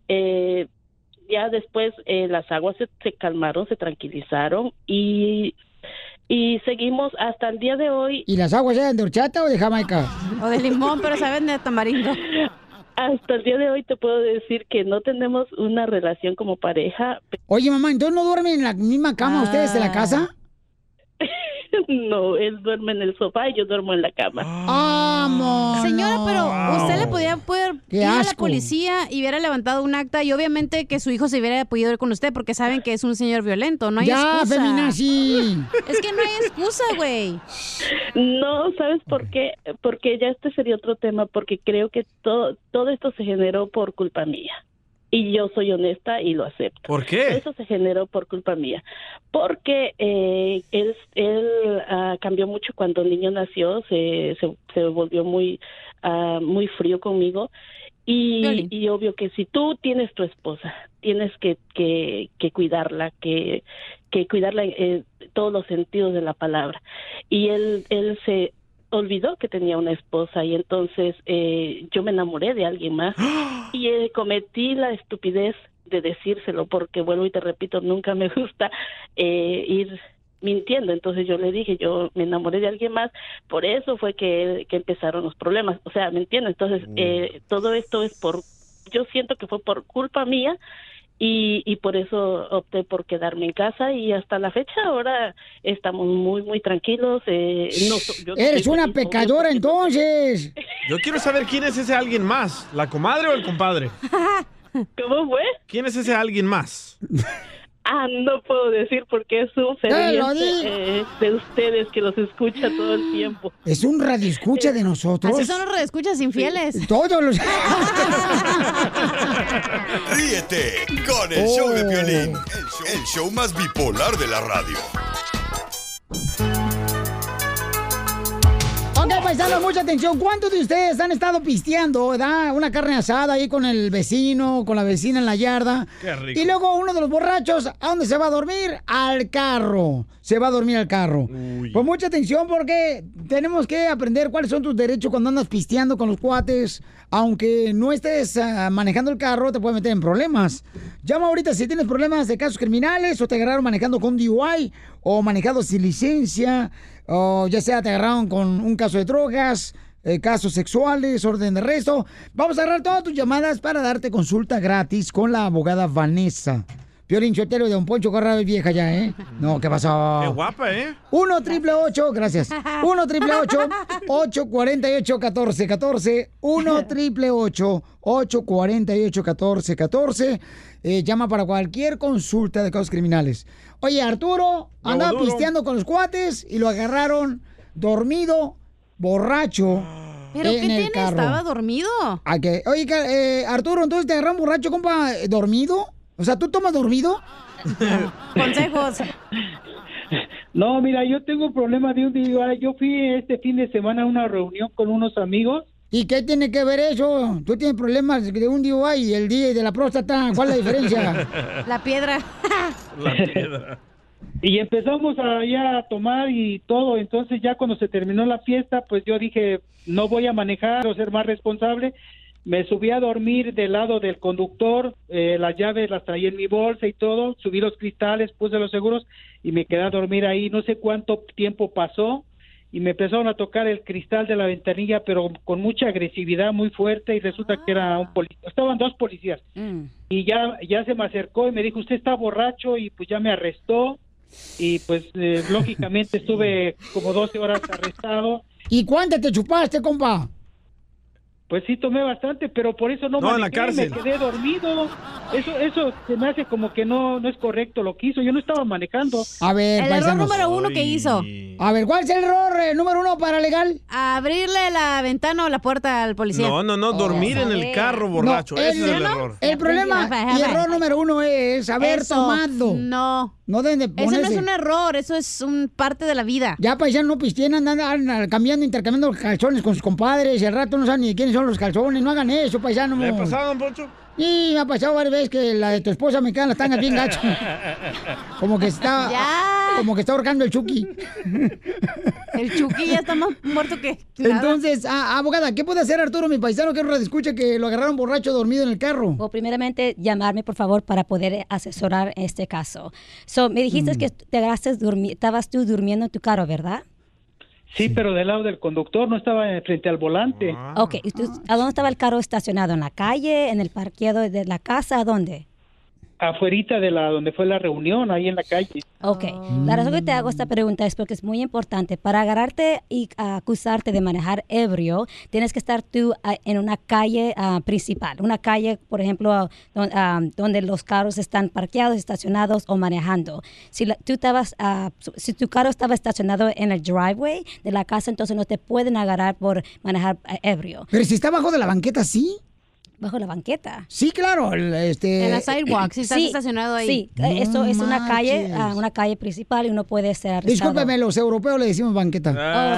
ya después las aguas se calmaron, se tranquilizaron y seguimos hasta el día de hoy. ¿Y las aguas eran de horchata o de Jamaica? O de limón, pero saben de tamarindo. Hasta el día de hoy te puedo decir que no tenemos una relación como pareja. Oye, mamá, ¿entonces no duermen en la misma cama ustedes de la casa? No, él duerme en el sofá y yo duermo en la cama. ¡Vamos! Señora, pero usted le podía ¡Qué ir a la asco! policía y hubiera levantado un acta y obviamente que su hijo se hubiera podido ir con usted porque saben que es un señor violento. No hay ¡Ya, excusa. feminazi! Es que no hay excusa, güey. No, ¿sabes por qué? Porque ya este sería otro tema, porque creo que todo esto se generó por culpa mía. Y yo soy honesta y lo acepto. ¿Por qué? Eso se generó por culpa mía. Porque él cambió mucho cuando el niño nació, se volvió muy frío conmigo. Y obvio que si tú tienes tu esposa, tienes que cuidarla, que cuidarla en todos los sentidos de la palabra. Y él se olvidó que tenía una esposa y entonces yo me enamoré de alguien más y cometí la estupidez de decírselo porque, vuelvo y te repito, nunca me gusta ir mintiendo. Entonces yo le dije, yo me enamoré de alguien más, por eso fue que empezaron los problemas, o sea, ¿me entiendes? Entonces todo esto es yo siento que fue por culpa mía. Y por eso opté por quedarme en casa y hasta la fecha ahora estamos muy, muy tranquilos. ¡Eres una pecadora entonces! Yo quiero saber quién es ese alguien más, ¿la comadre o el compadre? ¿Cómo fue? ¿Quién es ese alguien más? No puedo decir porque es un ferviente de ustedes que los escucha todo el tiempo. Es un radioescucha de nosotros. Así son los radioescuchas infieles. Sí. Todos los... Ríete con el show de Piolín, el show más bipolar de la radio. Ok, paisanos, mucha atención. ¿Cuántos de ustedes han estado pisteando, verdad? Una carne asada ahí con el vecino, con la vecina en la yarda? Qué rico. Y luego uno de los borrachos, ¿a dónde se va a dormir? Al carro. Se va a dormir al carro. Pues mucha atención porque tenemos que aprender cuáles son tus derechos cuando andas pisteando con los cuates. Aunque no estés manejando el carro, te puede meter en problemas. Llama ahorita si tienes problemas de casos criminales o te agarraron manejando con DUI o manejando sin licencia, o ya sea te agarraron con un caso de drogas, casos sexuales, orden de arresto. Vamos a agarrar todas tus llamadas para darte consulta gratis con la abogada Vanessa. Piolín Sotelo de Don Poncho Corrado es vieja ya, ¿eh? No, ¿qué pasó? Qué guapa, ¿eh? 1-888, gracias. 1-888-848-1414. 1-888-848-1414. Llama para cualquier consulta de casos criminales. Oye, Arturo andaba pisteando con los cuates y lo agarraron dormido, borracho. ¿Pero qué tiene? ¿Estaba dormido? Okay. Oye, Arturo, entonces te agarraron borracho, compa, dormido. O sea, ¿tú tomas dormido? Consejos. No, mira, yo tengo problemas de un día. Yo fui este fin de semana a una reunión con unos amigos. ¿Y qué tiene que ver eso? Tú tienes problemas de un DUI y el día de la próstata. ¿Cuál es la diferencia? La piedra. La piedra. Y empezamos a tomar y todo. Entonces ya cuando se terminó la fiesta, pues yo dije, no voy a manejar o ser más responsable. Me subí a dormir del lado del conductor, las llaves las traía en mi bolsa y todo, subí los cristales, puse los seguros y me quedé a dormir ahí. No sé cuánto tiempo pasó y me empezaron a tocar el cristal de la ventanilla, pero con mucha agresividad, muy fuerte, y resulta que era un policía. Estaban dos policías y ya se me acercó y me dijo, usted está borracho, y pues ya me arrestó y pues lógicamente estuve como 12 horas arrestado. ¿Y cuánto te chupaste, compa? Pues sí, tomé bastante, pero por eso no manejé, en la cárcel. Me quedé dormido. Eso se me hace como que no es correcto lo que hizo. Yo no estaba manejando. A ver, el error número 1 que hizo. A ver, ¿cuál es el error número 1 para legal? Abrirle la ventana o la puerta al policía. No, dormir en el carro borracho. No, ese es el error. El problema y error número 1 es haber tomado. No. No deben de ponerse. Eso no es un error, eso es un parte de la vida. Ya, paisano, no pisteen, andan intercambiando calzones con sus compadres, y al rato no saben ni quiénes son los calzones. No hagan eso, paisano. ¿Le ha pasado, don Poncho? Y me ha pasado varias veces que la de tu esposa me quedan las tangas bien gacho. Como que está ahorcando el Chucky. El Chucky ya está más muerto que nada. Entonces, abogada, ¿qué puede hacer Arturo, mi paisano, que escucha que lo agarraron borracho dormido en el carro? O primeramente, llamarme, por favor, para poder asesorar este caso. Me dijiste que estabas tú durmiendo en tu carro, ¿verdad? Sí, pero del lado del conductor, no estaba frente al volante. Ok, ¿a dónde estaba el carro estacionado? ¿En la calle, en el parqueado de la casa? ¿A dónde? Afuerita de donde fue la reunión, ahí en la calle. Ok, la razón que te hago esta pregunta es porque es muy importante. Para agarrarte y acusarte de manejar ebrio, tienes que estar tú en una calle principal. Una calle, por ejemplo, donde los carros están parqueados, estacionados o manejando. Si tu carro estaba estacionado en el driveway de la casa, entonces no te pueden agarrar por manejar ebrio. Pero si está bajo de la banqueta, ¿sí? ¿Bajo la banqueta? Sí, claro. En la sidewalk, si estás estacionado ahí. Sí, esto es una calle principal y uno puede ser arrestado. Discúlpeme, los europeos le decimos banqueta.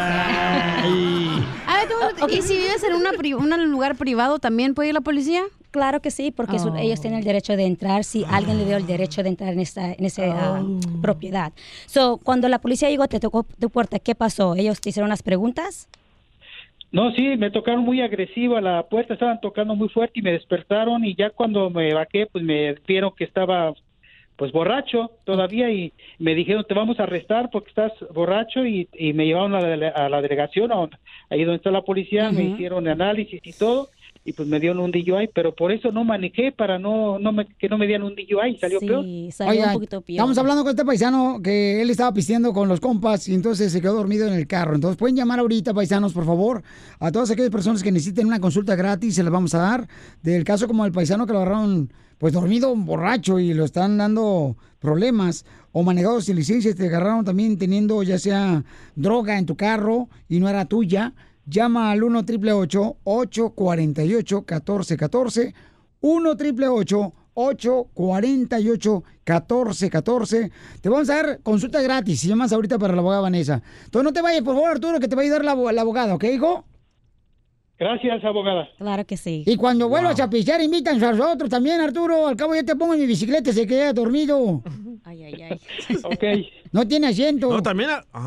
¿Y si vives en un lugar privado, también puede ir la policía? Claro que sí, porque ellos tienen el derecho de entrar si alguien le dio el derecho de entrar en esa propiedad. Cuando la policía llegó, te tocó tu puerta, ¿qué pasó? ¿Ellos te hicieron unas preguntas? No, sí, me tocaron muy agresiva la puerta, estaban tocando muy fuerte y me despertaron, y ya cuando me bajé, pues me vieron que estaba pues borracho todavía y me dijeron, te vamos a arrestar porque estás borracho, y me llevaron a la delegación, ahí donde está la policía, me hicieron análisis y todo, y pues me dieron un DUI, pero por eso no manejé, para que no me dieran un DUI, salió peor. Salió un poquito peor. Estamos hablando con este paisano que él estaba pisteando con los compas y entonces se quedó dormido en el carro. Entonces pueden llamar ahorita, paisanos, por favor, a todas aquellas personas que necesiten una consulta gratis, se las vamos a dar, del caso como el paisano que lo agarraron pues dormido, borracho, y lo están dando problemas, o manejado sin licencia, te agarraron también teniendo ya sea droga en tu carro y no era tuya. Llama al 1-888-848-1414, 1-888-848-1414. 1-888-48-1414. Te vamos a dar consulta gratis si llamas ahorita para la abogada Vanessa. Entonces no te vayas, por favor, Arturo, que te va a ayudar la abogada, ¿ok, hijo? Gracias, abogada. Claro que sí. Y cuando vuelvas a pistear, invítanos a nosotros también, Arturo. Al cabo ya te pongo en mi bicicleta y se queda dormido. Ay, ay, ay. Ok. No tiene asiento. No, también...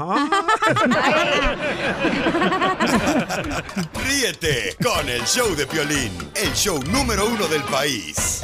Ríete con el show de Piolín, el show número 1 del país.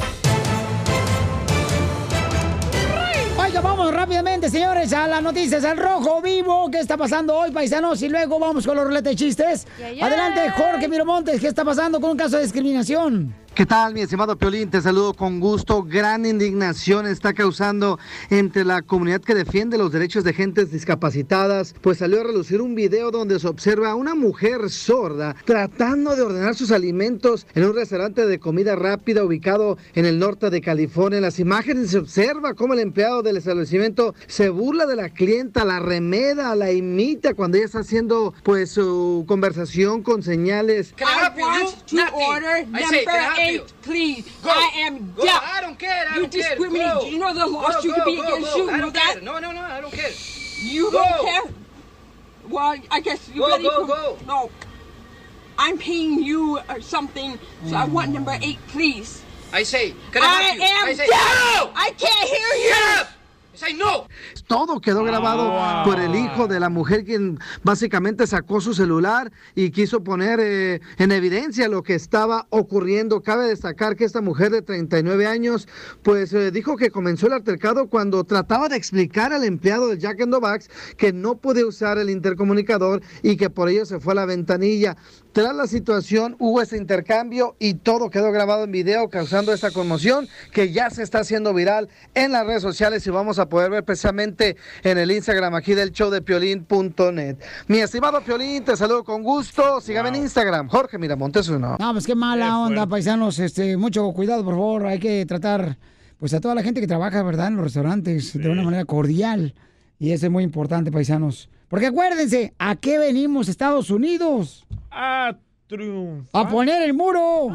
Oiga, vamos rápidamente, señores, a las noticias al rojo vivo. ¿Qué está pasando hoy, paisanos? Y luego vamos con los ruletas de chistes. Adelante, Jorge Miramontes. ¿Qué está pasando con un caso de discriminación? ¿Qué tal, mi estimado Piolín? Te saludo con gusto. Gran indignación está causando entre la comunidad que defiende los derechos de gentes discapacitadas, pues salió a relucir un video donde se observa a una mujer sorda tratando de ordenar sus alimentos en un restaurante de comida rápida ubicado en el norte de California. En las imágenes se observa cómo el empleado del establecimiento se burla de la clienta, la remeda, la imita cuando ella está haciendo pues su conversación con señales. I want to order number 8, please. I am deaf. I don't care. You discriminate. You know the laws you could be against you. You know that? No, I don't care. You don't care? Well, I guess you're ready for... No. I'm paying you something, so I want number 8, please. I say, can I help you? am deaf. No! I can't hear you. Shut up! Say no. Todo quedó grabado por el hijo de la mujer, quien básicamente sacó su celular y quiso poner en evidencia lo que estaba ocurriendo. Cabe destacar que esta mujer de 39 años, pues dijo que comenzó el altercado cuando trataba de explicar al empleado del Jack in the Box que no podía usar el intercomunicador y que por ello se fue a la ventanilla. Tras la situación hubo este intercambio y todo quedó grabado en video, causando esta conmoción que ya se está haciendo viral en las redes sociales y vamos a poder ver precisamente en el Instagram aquí del show de Piolín.net. Mi estimado Piolín, te saludo con gusto. Sígame en Instagram, Jorge Miramontes 1. No, pues qué mala onda, paisanos. Mucho cuidado, por favor. Hay que tratar pues a toda la gente que trabaja, ¿verdad?, en los restaurantes de una manera cordial. Y eso es muy importante, paisanos. Porque acuérdense, ¿a qué venimos, Estados Unidos? A triunfar. ¡A poner el muro!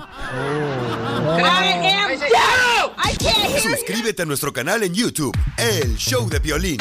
Suscríbete a nuestro canal en YouTube, El Show de Piolín.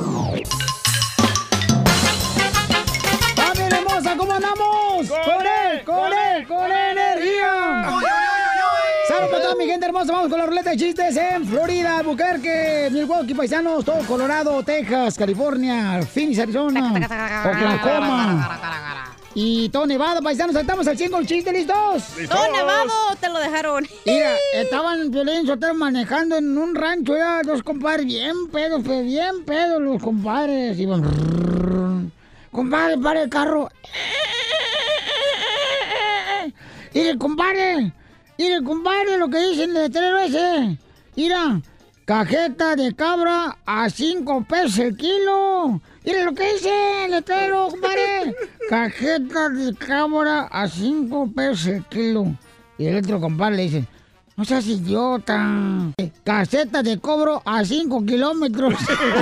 ¡Familia hermosa! ¿Cómo andamos? ¡Con energía! ¡Saludos para toda mi gente hermosa! Vamos con la ruleta de chistes en Florida, Albuquerque, Milwaukee, paisanos, todo Colorado, Texas, California, Phoenix, Arizona, Oklahoma. Y todo Nevada, paisanos, estamos al 100 con el chiste, ¿listos? Todo nevado, te lo dejaron. Mira, estaban Piolín Sotelo manejando en un rancho, ya, dos compadres, bien pedos los compadres. Iban, compadre, para el carro. Mire, compadre, lo que dice el letrero ese. Mira, cajeta de cabra a 5 pesos el kilo. Mire lo que dice el letrero, compadre. Cajeta de cabra a 5 pesos el kilo. Y el otro compadre le dice, no seas idiota. Caseta de cobro a 5 kilómetros.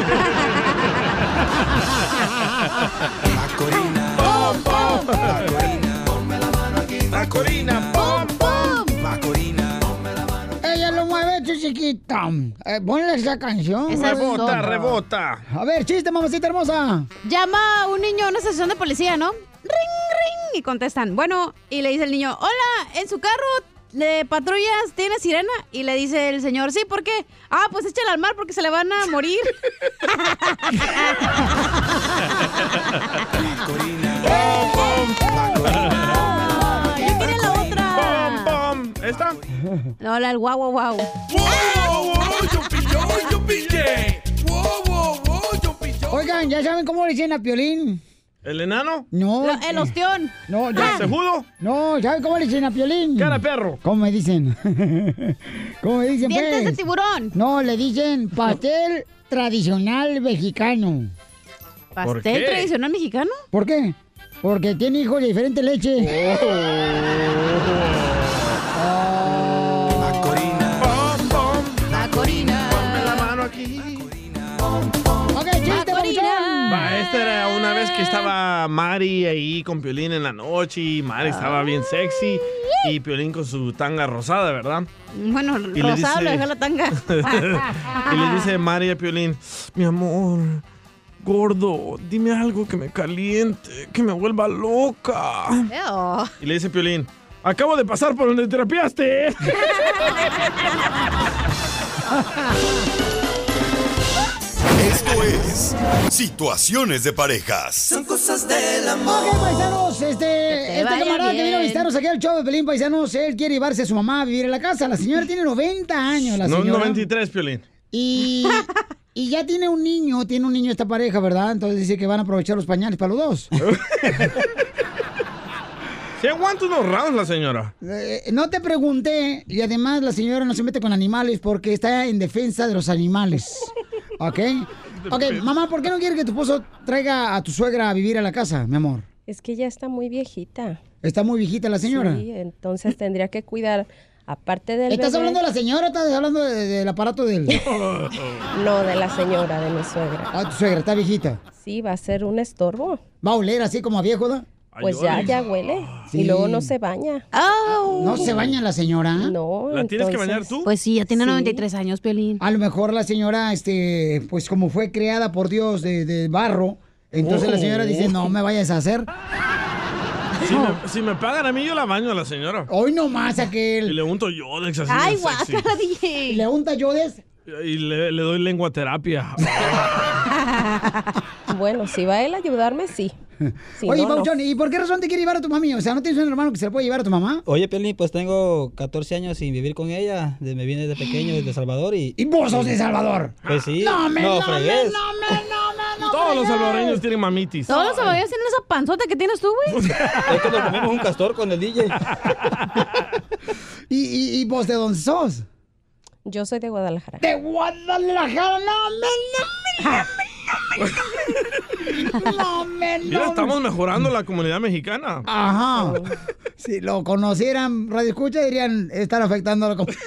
Macorina, pom, pom. Macorina, ponme la mano aquí. Macorina, pom, pom. Macorina, ponme la mano aquí. Ella lo mueve, chiquita. Ponle esa canción. Rebota. A ver, chiste, mamacita hermosa. Llama un niño a una estación de policía, ¿no? Ring, ring. Y contestan, bueno, y le dice el niño, hola, ¿en su carro de patrullas tiene sirena? Y le dice el señor, sí, ¿por qué? Ah, pues échale al mar porque se le van a morir. Yo quería la otra. Pom, pom. ¿Esta? No, la del guau, guau, guau. Oigan, ¿ya saben cómo le dicen a Piolín? ¿El enano? No. El ostión. No, ya. ¿Cejudo? No, ¿saben cómo le dicen a Piolín? Cara perro. ¿Cómo me dicen? ¿Cómo me dicen, Dientes pues? de tiburón. No, le dicen pastel tradicional mexicano. ¿Pastel tradicional mexicano? ¿Por qué? Porque tiene hijos de diferente leche. Macorina. Ponme la mano aquí. Ok, chiste, babuchón. Esta era una vez que que estaba Mari ahí con Piolín en la noche y Mari estaba bien sexy y Piolín con su tanga rosada, ¿verdad? Bueno, Y le rosado, dice- le dejó la tanga. Y le dice Mari a Piolín, mi amor, gordo, dime algo que me caliente, que me vuelva loca. Ew. Y le dice Piolín, acabo de pasar por donde terapiaste. Esto es Situaciones de Parejas. Son cosas del amor. Ok, paisanos, este vaya camarada que bien. vino a visitarnos aquí al show de Pelín, paisanos, él quiere llevarse a su mamá a vivir en la casa. La señora tiene 90 años, la No, señora. 93, Piolín. Y ya tiene un niño esta pareja, ¿verdad? Entonces dice que van a aprovechar los pañales para los dos. Se aguanta unos rounds la señora. No te pregunté, y además la señora no se mete con animales porque está en defensa de los animales. ¿Ok? Ok, mamá, ¿por qué no quieres que tu esposo traiga a tu suegra a vivir a la casa, mi amor? Es que ella está muy viejita. Está muy viejita la señora. Sí, entonces tendría que cuidar, aparte del ¿Estás bebé- hablando de la señora o estás hablando del aparato del...? No, de la señora, de mi suegra. Ah, tu suegra, está viejita. Sí, va a ser un estorbo. ¿Va a oler así como a viejo, da? Pues ya huele. Sí. Y luego no se baña. ¿No se baña la señora? No, ¿La tienes que bañar tú? Pues sí, ya tiene Sí. 93 años, Piolín. A lo mejor la señora, pues como fue creada por Dios de barro, entonces la señora dice, no me vayas a hacer. Si me pagan a mí, yo la baño a la señora. Hoy nomás aquel. Y le unto Yodex así. Ay, bien sexy. guácala, DJ. ¿Le unta Yodex? Y le doy lengua terapia. Bueno, si va él a ayudarme, sí. Si Oye, no, no. Pauchón, ¿y por qué razón te quiere llevar a tu mami? O sea, ¿no tienes un hermano que se le puede llevar a tu mamá? Oye, Piolín, pues tengo 14 años sin vivir con ella. Me vine de pequeño desde Salvador y... ¿Y vos sos de Salvador? Pues sí. fregues. Todos los salvadoreños tienen mamitis. Todos los salvadoreños tienen esa panzota que tienes tú, güey. Es que nos comimos un castor con el DJ. ¿Y vos de dónde sos? Yo soy de Guadalajara. ¡De Guadalajara! Mira, estamos mejorando la comunidad mexicana. Ajá. Si lo conocieran, Radio Escucha, dirían, están afectando a la comunidad.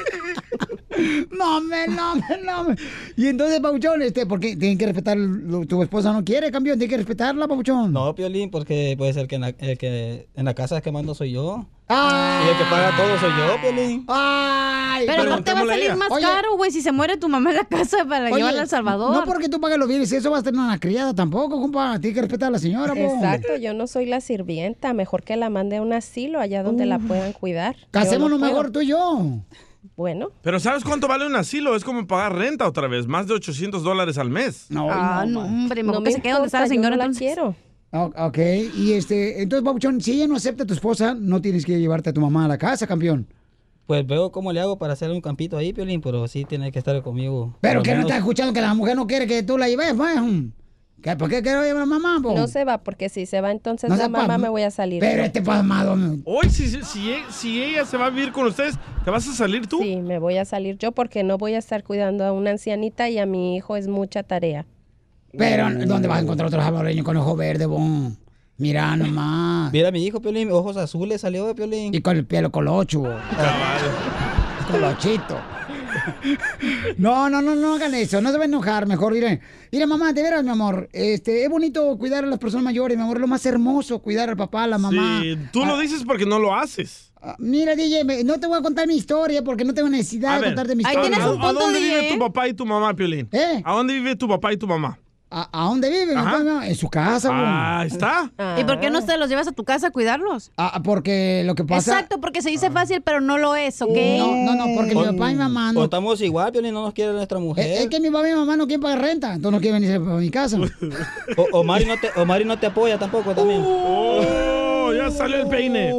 No. Y entonces, Pauchón, ¿por qué tienen que respetar? Tu esposa no quiere, campeón, tiene que respetarla, Pauchón. No, Piolín, porque puede ser que en la casa que mando soy yo. ¡Ay! Y el que paga todo soy yo, Piolín. ¡Ay! Pero no te va a salir más caro, güey, si se muere tu mamá en la casa para Oye, llevarla a El Salvador. No porque tú pagues los bienes, eso vas a tener una criada tampoco, compa. Tiene que respetar a la señora, po. Exacto, yo no soy la sirvienta. Mejor que la mande a un asilo allá donde la puedan cuidar. Yo Casémonos no puedo. mejor tú y yo. Bueno. Pero ¿sabes cuánto vale un asilo? Es como pagar renta otra vez, más de $800 al mes. No, hombre, mejor No que me se quede donde está la importa, yo señora. no la entonces. quiero. Ok, y entonces, Papuchón, si ella no acepta a tu esposa, no tienes que llevarte a tu mamá a la casa, campeón. Pues veo cómo le hago para hacer un campito ahí, Piolín, pero sí tiene que estar conmigo. Pero por que lo no menos. estás escuchando que la mujer no quiere que tú la lleves, pues. ¿Por qué quiero llevar a mamá, po? No se va, porque si se va, entonces No la se mamá pa- me voy a salir. Pero yo. pasmado. Hoy, si ella se va a vivir con ustedes, ¿te vas a salir tú? Sí, me voy a salir yo porque no voy a estar cuidando a una ancianita y a mi hijo es mucha tarea. Pero, ¿dónde vas a encontrar otro salvadoreño con ojo verde, bon? Mira nomás. Mira, mi hijo, Piolín, ojos azules salió de Piolín. Y con el pelo colocho. Colochito. No hagan eso, no se va a enojar, mejor diré. Mira, mamá, de veras, mi amor, es bonito cuidar a las personas mayores, mi amor, es lo más hermoso, cuidar al papá, a la mamá. Sí, tú lo dices porque no lo haces. Mira, DJ, no te voy a contar mi historia porque no tengo necesidad A de ver, contarte mi historia. ¿a dónde vive tu papá y tu mamá, Piolín? ¿A dónde vive tu papá y tu mamá? ¿A dónde vive? mi papá y mi mamá? En su casa, güey. Ah, está. ¿Y por qué no te los llevas a tu casa a cuidarlos? Porque lo que pasa... Exacto, porque se dice fácil, pero no lo es, ¿ok? No, porque mi papá y mi mamá no... O estamos igual, Piolín, no nos quiere nuestra mujer. Es que mi papá y mi mamá no quieren pagar renta, entonces no quieren venirse a mi casa. O Mari no te apoya tampoco también. Oh, ya salió el peine.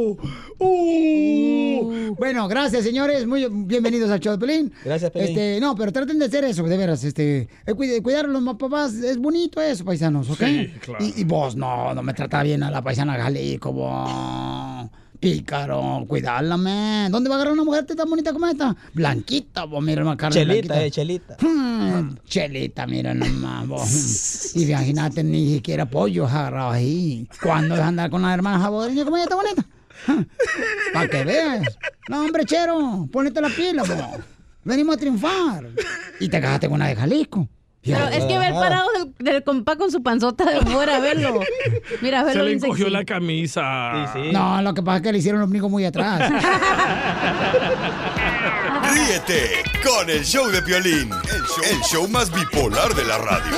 Bueno, gracias, señores. Muy bienvenidos al show de Pelín. Gracias, Pelín. No, pero traten de hacer eso, de veras. Cuidar a los papás es bonito eso, paisanos, ¿ok? Sí, claro. Y vos no me trata bien a la paisana Jalisco, vos. Pícaro, cuidarla, man. ¿Dónde va a agarrar una mujer tan bonita como esta? Blanquita, vos, mira la carne blanquita. Chelita. Chelita, mira nomás, vos. Y imagínate, ni siquiera pollos agarrados ahí. ¿Cuándo vas a andar con la hermana jaboreña como ella está bonita? Para que veas. No, hombre, chero, ponete la pila, vos. Venimos a triunfar. Y te casaste con una de Jalisco. Pero es que ver parado del compa con su panzota de fuera, verlo. Mira, verlo. Se le bien encogió sexy. la camisa. No, lo que pasa es que le hicieron el ombligo muy atrás. Ríete con el show de Piolín, el show más bipolar de la radio.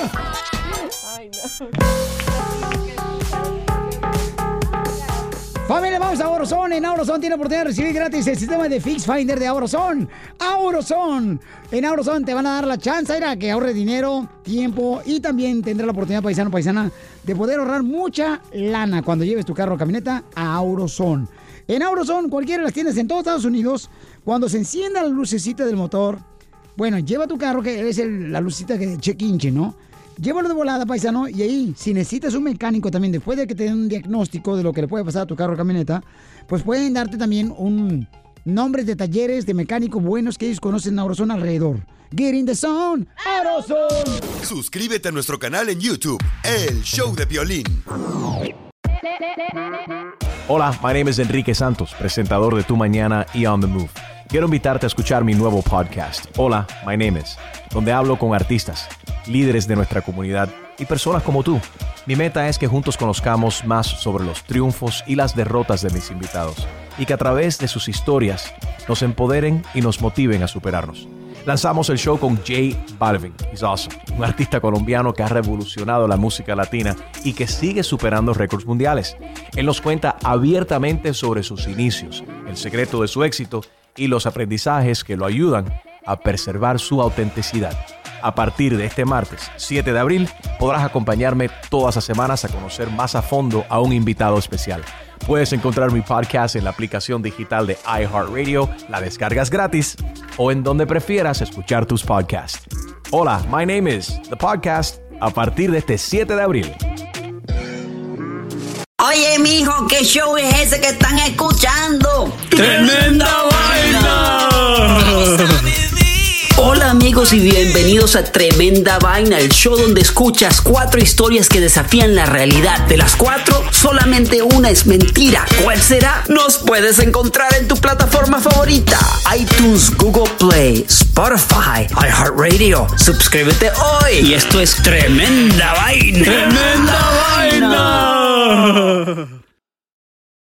Familia, vamos a AutoZone. En AutoZone tiene oportunidad de recibir gratis el sistema de Fix Finder de AutoZone. AutoZone. En AutoZone te van a dar la chance, era que ahorres dinero, tiempo y también tendrás la oportunidad, paisana, de poder ahorrar mucha lana cuando lleves tu carro o camioneta a AutoZone. En AutoZone, cualquiera de las tiendas en todos Estados Unidos, cuando se encienda la lucecita del motor, bueno, lleva tu carro, que es la lucecita de check engine, ¿no? Llévalo de volada, paisano, y ahí, si necesitas un mecánico también, después de que te den un diagnóstico de lo que le puede pasar a tu carro o camioneta, pues pueden darte también un nombre de talleres de mecánicos buenos que ellos conocen en AutoZone alrededor. Get in the zone, AutoZone. Suscríbete a nuestro canal en YouTube, El Show de Piolín. Hola, my name is Enrique Santos, presentador de Tu Mañana y On The Move. Quiero invitarte a escuchar mi nuevo podcast, Hola, my name is, donde hablo con artistas, líderes de nuestra comunidad y personas como tú. Mi meta es que juntos conozcamos más sobre los triunfos y las derrotas de mis invitados y que a través de sus historias nos empoderen y nos motiven a superarnos. Lanzamos el show con J Balvin, he's awesome, un artista colombiano que ha revolucionado la música latina y que sigue superando récords mundiales. Él nos cuenta abiertamente sobre sus inicios, el secreto de su éxito y los aprendizajes que lo ayudan a preservar su autenticidad. A partir de este martes, 7 de abril, podrás acompañarme todas las semanas a conocer más a fondo a un invitado especial. Puedes encontrar mi podcast en la aplicación digital de iHeartRadio, la descargas gratis, o en donde prefieras escuchar tus podcasts. Hola, my name is The Podcast, a partir de este 7 de abril. Oye, mijo, ¿qué show es ese que están escuchando? ¡Tremenda Vaina! Hola amigos y bienvenidos a Tremenda Vaina, el show donde escuchas 4 historias que desafían la realidad. De las 4, solamente una es mentira. ¿Cuál será? Nos puedes encontrar en tu plataforma favorita: iTunes, Google Play, Spotify, iHeartRadio. Suscríbete hoy. Y esto es Tremenda Vaina. ¡Tremenda Vaina!